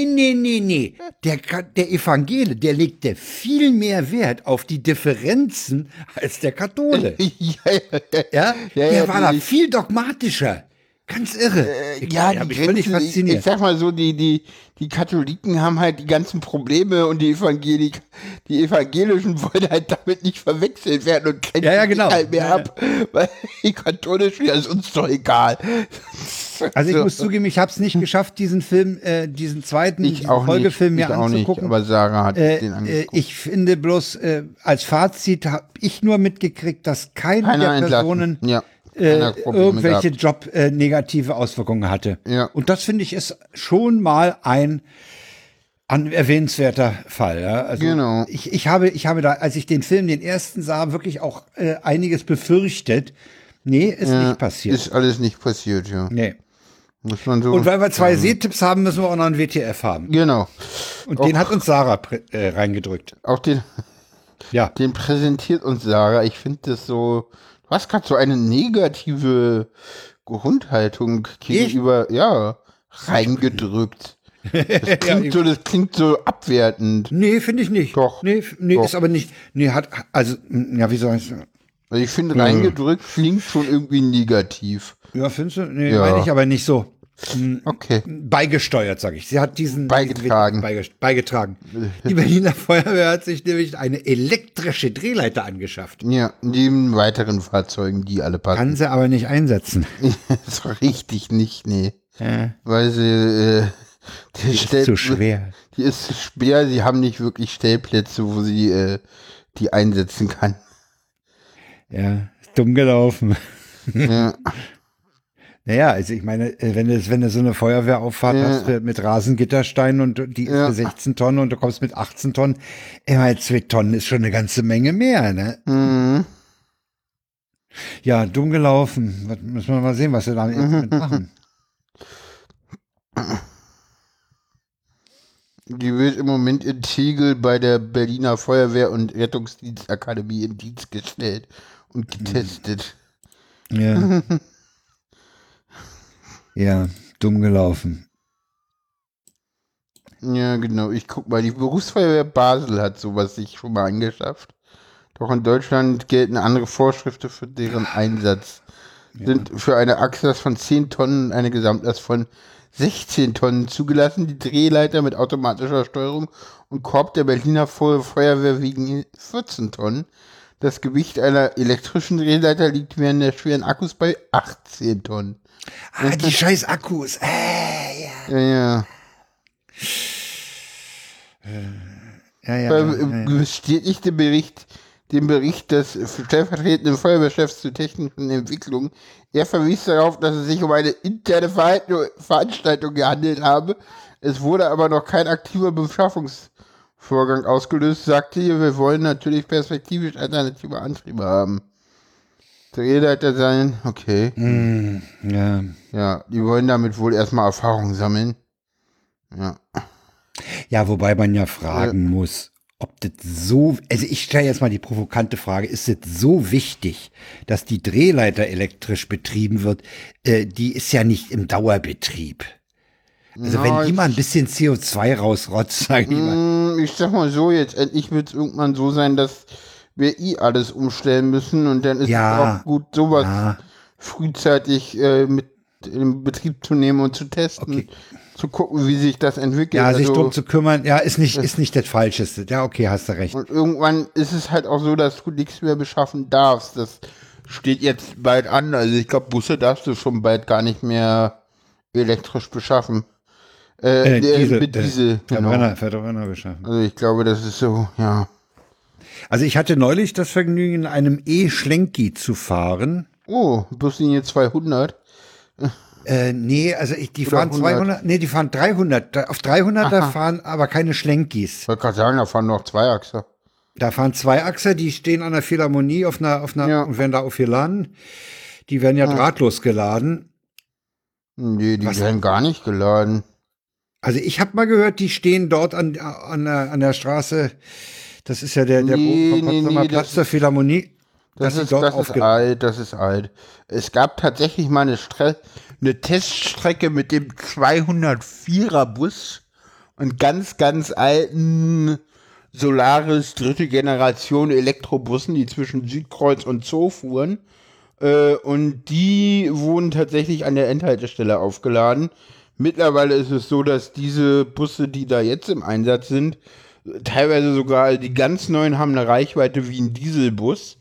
Nee. Der Evangele, der legte viel mehr Wert auf die Differenzen als der Kathole. Ja? Der war da viel dogmatischer. Ganz irre. Ja, hab die mich völlig Grenzen, fasziniert. ich sag mal so, die Katholiken haben halt die ganzen Probleme und die Evangelischen wollen halt damit nicht verwechselt werden und kennen Ja, sich genau. halt mehr ab, weil die Katholischen, ja, ist uns doch egal. Also ich So. muss zugeben, ich habe es nicht geschafft, diesen Film, diesen zweiten Ich auch Folgefilm nicht, mir ich auch nicht, anzugucken. aber Sarah hat den angeguckt. Ich finde bloß, als Fazit habe ich nur mitgekriegt, dass keine Keiner der entlassen. Personen Ja, keiner Probleme irgendwelche gehabt. negative Auswirkungen hatte. Ja. Und das finde ich ist schon mal ein erwähnenswerter Fall. Ja? Also Genau. ich habe da, als ich den Film, den ersten sah, wirklich auch einiges befürchtet. Nee, ist nicht passiert. Ist alles nicht passiert, ja. Nee. Muss man so Und weil wir zwei Sehtipps haben, müssen wir auch noch einen WTF haben. Genau. Und den hat uns Sarah reingedrückt. Auch den Ja. präsentiert uns Sarah. Ich finde das so, du hast gerade so eine negative Grundhaltung gegenüber, reingedrückt. Das klingt so abwertend. Nee, finde ich nicht. Doch. Nee, Doch. ist aber nicht. Nee, wie soll ich sagen? Also ich finde, reingedrückt klingt schon irgendwie negativ. Ja, findest du? Nee, Ja. meine ich aber nicht so. Okay. Beigesteuert, sage ich. Sie hat diesen Beigetragen. beigetragen. Die Berliner Feuerwehr hat sich nämlich eine elektrische Drehleiter angeschafft. Ja, neben weiteren Fahrzeugen, die alle passen. Kann sie aber nicht einsetzen. Das war richtig nicht, nee. Ja. Weil sie, Die ist zu schwer. Die ist zu schwer, sie haben nicht wirklich Stellplätze, wo sie die einsetzen kann. Ja, ist dumm gelaufen. Ja. Naja, also ich meine, wenn du so eine Feuerwehrauffahrt hast mit Rasengittersteinen und die ist für 16 Tonnen und du kommst mit 18 Tonnen, immer 2 Tonnen ist schon eine ganze Menge mehr, ne? Mhm. Ja, dumm gelaufen. Müssen wir mal sehen, was wir damit jetzt machen. Die wird im Moment in Tegel bei der Berliner Feuerwehr- und Rettungsdienstakademie in Dienst gestellt und getestet. Ja. Ja, dumm gelaufen. Ja, genau. Ich guck mal, die Berufsfeuerwehr Basel hat sowas sich schon mal angeschafft. Doch in Deutschland gelten andere Vorschriften für deren Einsatz. Sind für eine Achslast von 10 Tonnen eine Gesamtlast von 16 Tonnen zugelassen. Die Drehleiter mit automatischer Steuerung und Korb der Berliner Feuerwehr wiegen 14 Tonnen. Das Gewicht einer elektrischen Drehleiter liegt während der schweren Akkus bei 18 Tonnen. Ah, die scheiß Akkus. Ja. Bestätigt den Bericht des stellvertretenden Feuerwehrchefs zur technischen Entwicklung. Er verwies darauf, dass es sich um eine interne Veranstaltung gehandelt habe. Es wurde aber noch kein aktiver Beschaffungsvorgang ausgelöst, sagte er. Wir wollen natürlich perspektivisch alternative Antriebe haben. Drehleiter sein, okay. Ja. Ja, die wollen damit wohl erstmal Erfahrung sammeln. Ja. Ja, wobei man ja fragen muss, ob das so, also ich stelle jetzt mal die provokante Frage, ist es so wichtig, dass die Drehleiter elektrisch betrieben wird? Die ist ja nicht im Dauerbetrieb. Also wenn die mal ein bisschen CO2 rausrotzt, sag ich mal. Ich sag mal so, jetzt endlich wird es irgendwann so sein, dass wir alles umstellen müssen und dann ist es auch gut, sowas frühzeitig mit in Betrieb zu nehmen und zu testen, zu gucken, wie sich das entwickelt. Ja, sich drum zu kümmern, ja, ist nicht das Falscheste. Ja, okay, hast du recht. Und irgendwann ist es halt auch so, dass du nichts mehr beschaffen darfst. Das steht jetzt bald an. Also ich glaube, Busse darfst du schon bald gar nicht mehr elektrisch beschaffen. Diesel, Mit Diesel, genau. Verbrenner beschaffen. Also ich glaube, das ist so, ja. Also ich hatte neulich das Vergnügen, in einem E-Schlenki zu fahren. Oh, Buslinie 200. Nee, also die Oder fahren 100. 200, nee, die fahren 300. Auf 300er fahren aber keine Schlenkis. Ich wollte gerade sagen, da fahren noch Zweiachser. Da fahren Zweiachser, die stehen an der Philharmonie auf einer Ja. und werden da aufgeladen. Die werden ja drahtlos geladen. Nee, die werden gar nicht geladen. Also ich habe mal gehört, die stehen dort an der Straße. Das ist ja der Bogen vom Potsdamer Platz der Philharmonie. Das ist alt, das ist alt. Es gab tatsächlich mal eine Teststrecke mit dem 204er Bus und ganz, ganz alten Solaris dritte Generation Elektrobussen, die zwischen Südkreuz und Zoo fuhren. Und die wurden tatsächlich an der Endhaltestelle aufgeladen. Mittlerweile ist es so, dass diese Busse, die da jetzt im Einsatz sind, teilweise sogar die ganz neuen haben eine Reichweite wie ein Dieselbus.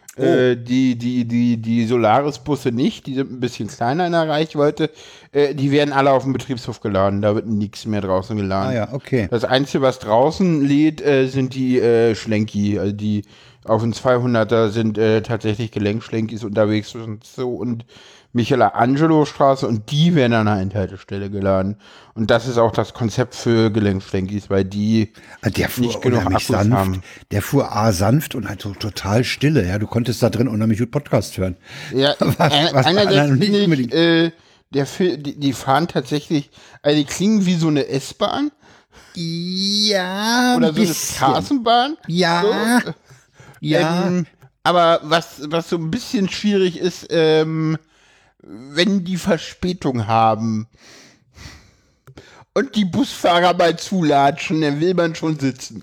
Die Solaris-Busse nicht, die sind ein bisschen kleiner in der Reichweite. Die werden alle auf dem Betriebshof geladen, da wird nichts mehr draußen geladen. Ah ja, okay. Das Einzige, was draußen lädt, sind die Schlenki, also die auf den 200er sind tatsächlich Gelenkschlenkis unterwegs zwischen Zoo und Michelangelo-Straße und die werden an der Endhaltestelle geladen. Und das ist auch das Konzept für Gelenkschlenkis, weil die Der fuhr nicht genug unheimlich Akkus sanft. haben. Der fuhr sanft und halt so total stille. Ja, du konntest da drin unheimlich gut Podcast hören. Ja, was bei einerseits anderen nicht finde unbedingt. die fahren tatsächlich, also die klingen wie so eine S-Bahn Ja, oder so eine Straßenbahn. Ja, So. ja. Aber was so ein bisschen schwierig ist, wenn die Verspätung haben und die Busfahrer mal zulatschen, dann will man schon sitzen.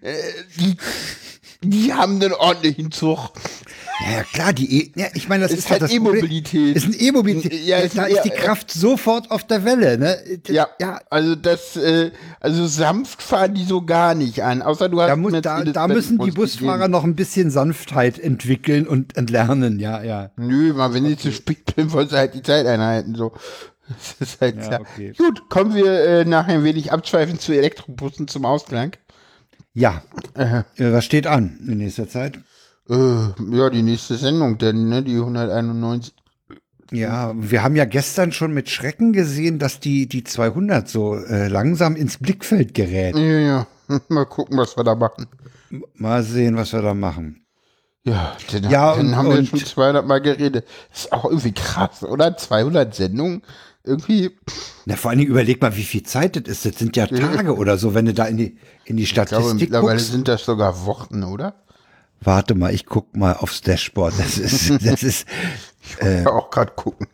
Die haben einen ordentlichen Zug. Ja, klar, ich meine, das ist halt das Problem. E-Mobilität. Ist ein E-Mobilität. Ja, Da ist die Kraft sofort auf der Welle, ne? Ja, also sanft fahren die so gar nicht an, außer du hast Da müssen die Busfahrer noch ein bisschen Sanftheit entwickeln und entlernen, ja. Nö, mal wenn sie zu spät sind, wollen sie halt die Zeit einhalten, so. Das ist halt klar. Okay. Gut, kommen wir nachher ein wenig abschweifen zu Elektrobussen zum Ausklang. Ja. Was steht an in nächster Zeit? Ja, die nächste Sendung, denn, ne, die 191. Ja, wir haben ja gestern schon mit Schrecken gesehen, dass die 200 so langsam ins Blickfeld gerät. Ja. Mal gucken, was wir da machen. Mal sehen, was wir da machen. Ja, und haben wir schon 200 Mal geredet. Das ist auch irgendwie krass, oder? 200 Sendungen? Irgendwie. Na, vor allen Dingen überleg mal, wie viel Zeit das ist. Das sind ja Tage oder so, wenn du da in die Ich glaube, Statistik mittlerweile guckst. sind das sogar Wochen, oder? Warte mal, ich guck mal aufs Dashboard. Das ist Ich wollte auch gerade gucken.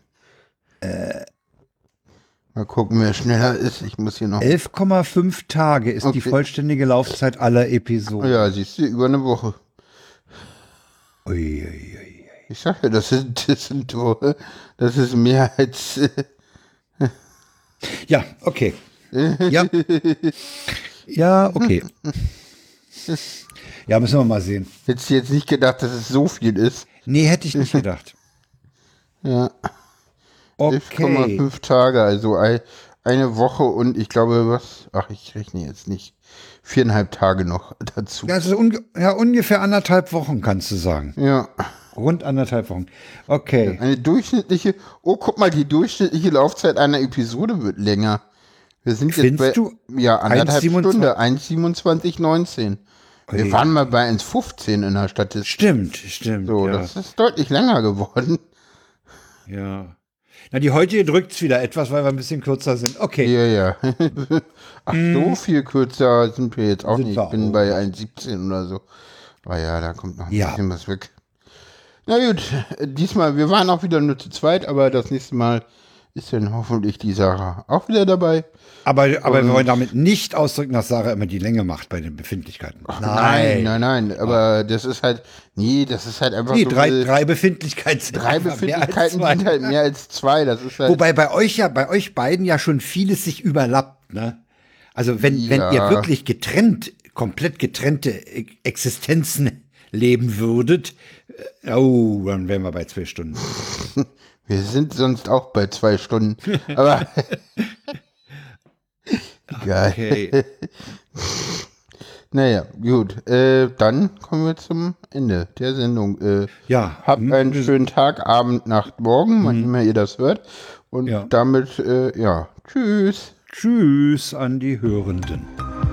Mal gucken, wer schneller ist. Ich muss hier noch. 11,5 Tage ist die Okay. vollständige Laufzeit aller Episoden. Ja, siehst du, über eine Woche. Uiuiui. Ich sag ja, das ist mehr als. Ja, okay. Ja. Ja, okay. Ja, müssen wir mal sehen. Hättest du jetzt nicht gedacht, dass es so viel ist? Nee, hätte ich nicht gedacht. Ja. Okay. 11,5 Tage, also eine Woche und ich glaube, ich rechne jetzt nicht. 4,5 Tage noch dazu. Das ist ungefähr 1,5 Wochen, kannst du sagen. Ja. Rund 1,5 Wochen. Okay. Eine durchschnittliche, guck mal, die durchschnittliche Laufzeit einer Episode wird länger. Wir sind jetzt Findest du? Ja, 1,5 Stunde, 1,27? 1,27,19. Wir waren mal bei 1,15 in der Statistik. Stimmt. So, ja. das ist deutlich länger geworden. Ja. Na, die heutige drückt's wieder etwas, weil wir ein bisschen kürzer sind. Okay. Ja. Ach, so viel kürzer sind wir jetzt auch Sind nicht. wir Ich bin auch. bei 1,17 oder so. Aber ja, da kommt noch ein Ja. bisschen was weg. Na gut, diesmal, wir waren auch wieder nur zu zweit, aber das nächste Mal ist dann hoffentlich die Sarah auch wieder dabei. Aber wir wollen damit nicht ausdrücken, dass Sarah immer die Länge macht bei den Befindlichkeiten. Nein. Aber das ist halt, das ist halt einfach Nee, so. drei Befindlichkeiten sind Drei einfach mehr als Befindlichkeiten zwei. sind halt mehr als zwei. Das ist halt, Wobei bei euch beiden ja schon vieles sich überlappt, ne? Also wenn Ja. ihr wirklich komplett getrennte Existenzen leben würdet, Oh, dann wären wir bei 2 Stunden. Wir sind sonst auch bei 2 Stunden. Aber egal. Okay. Naja, gut. Dann kommen wir zum Ende der Sendung. Ja. Habt einen schönen Tag, Abend, Nacht, Morgen, wann immer ihr das hört. Und Ja. damit, tschüss. Tschüss an die Hörenden.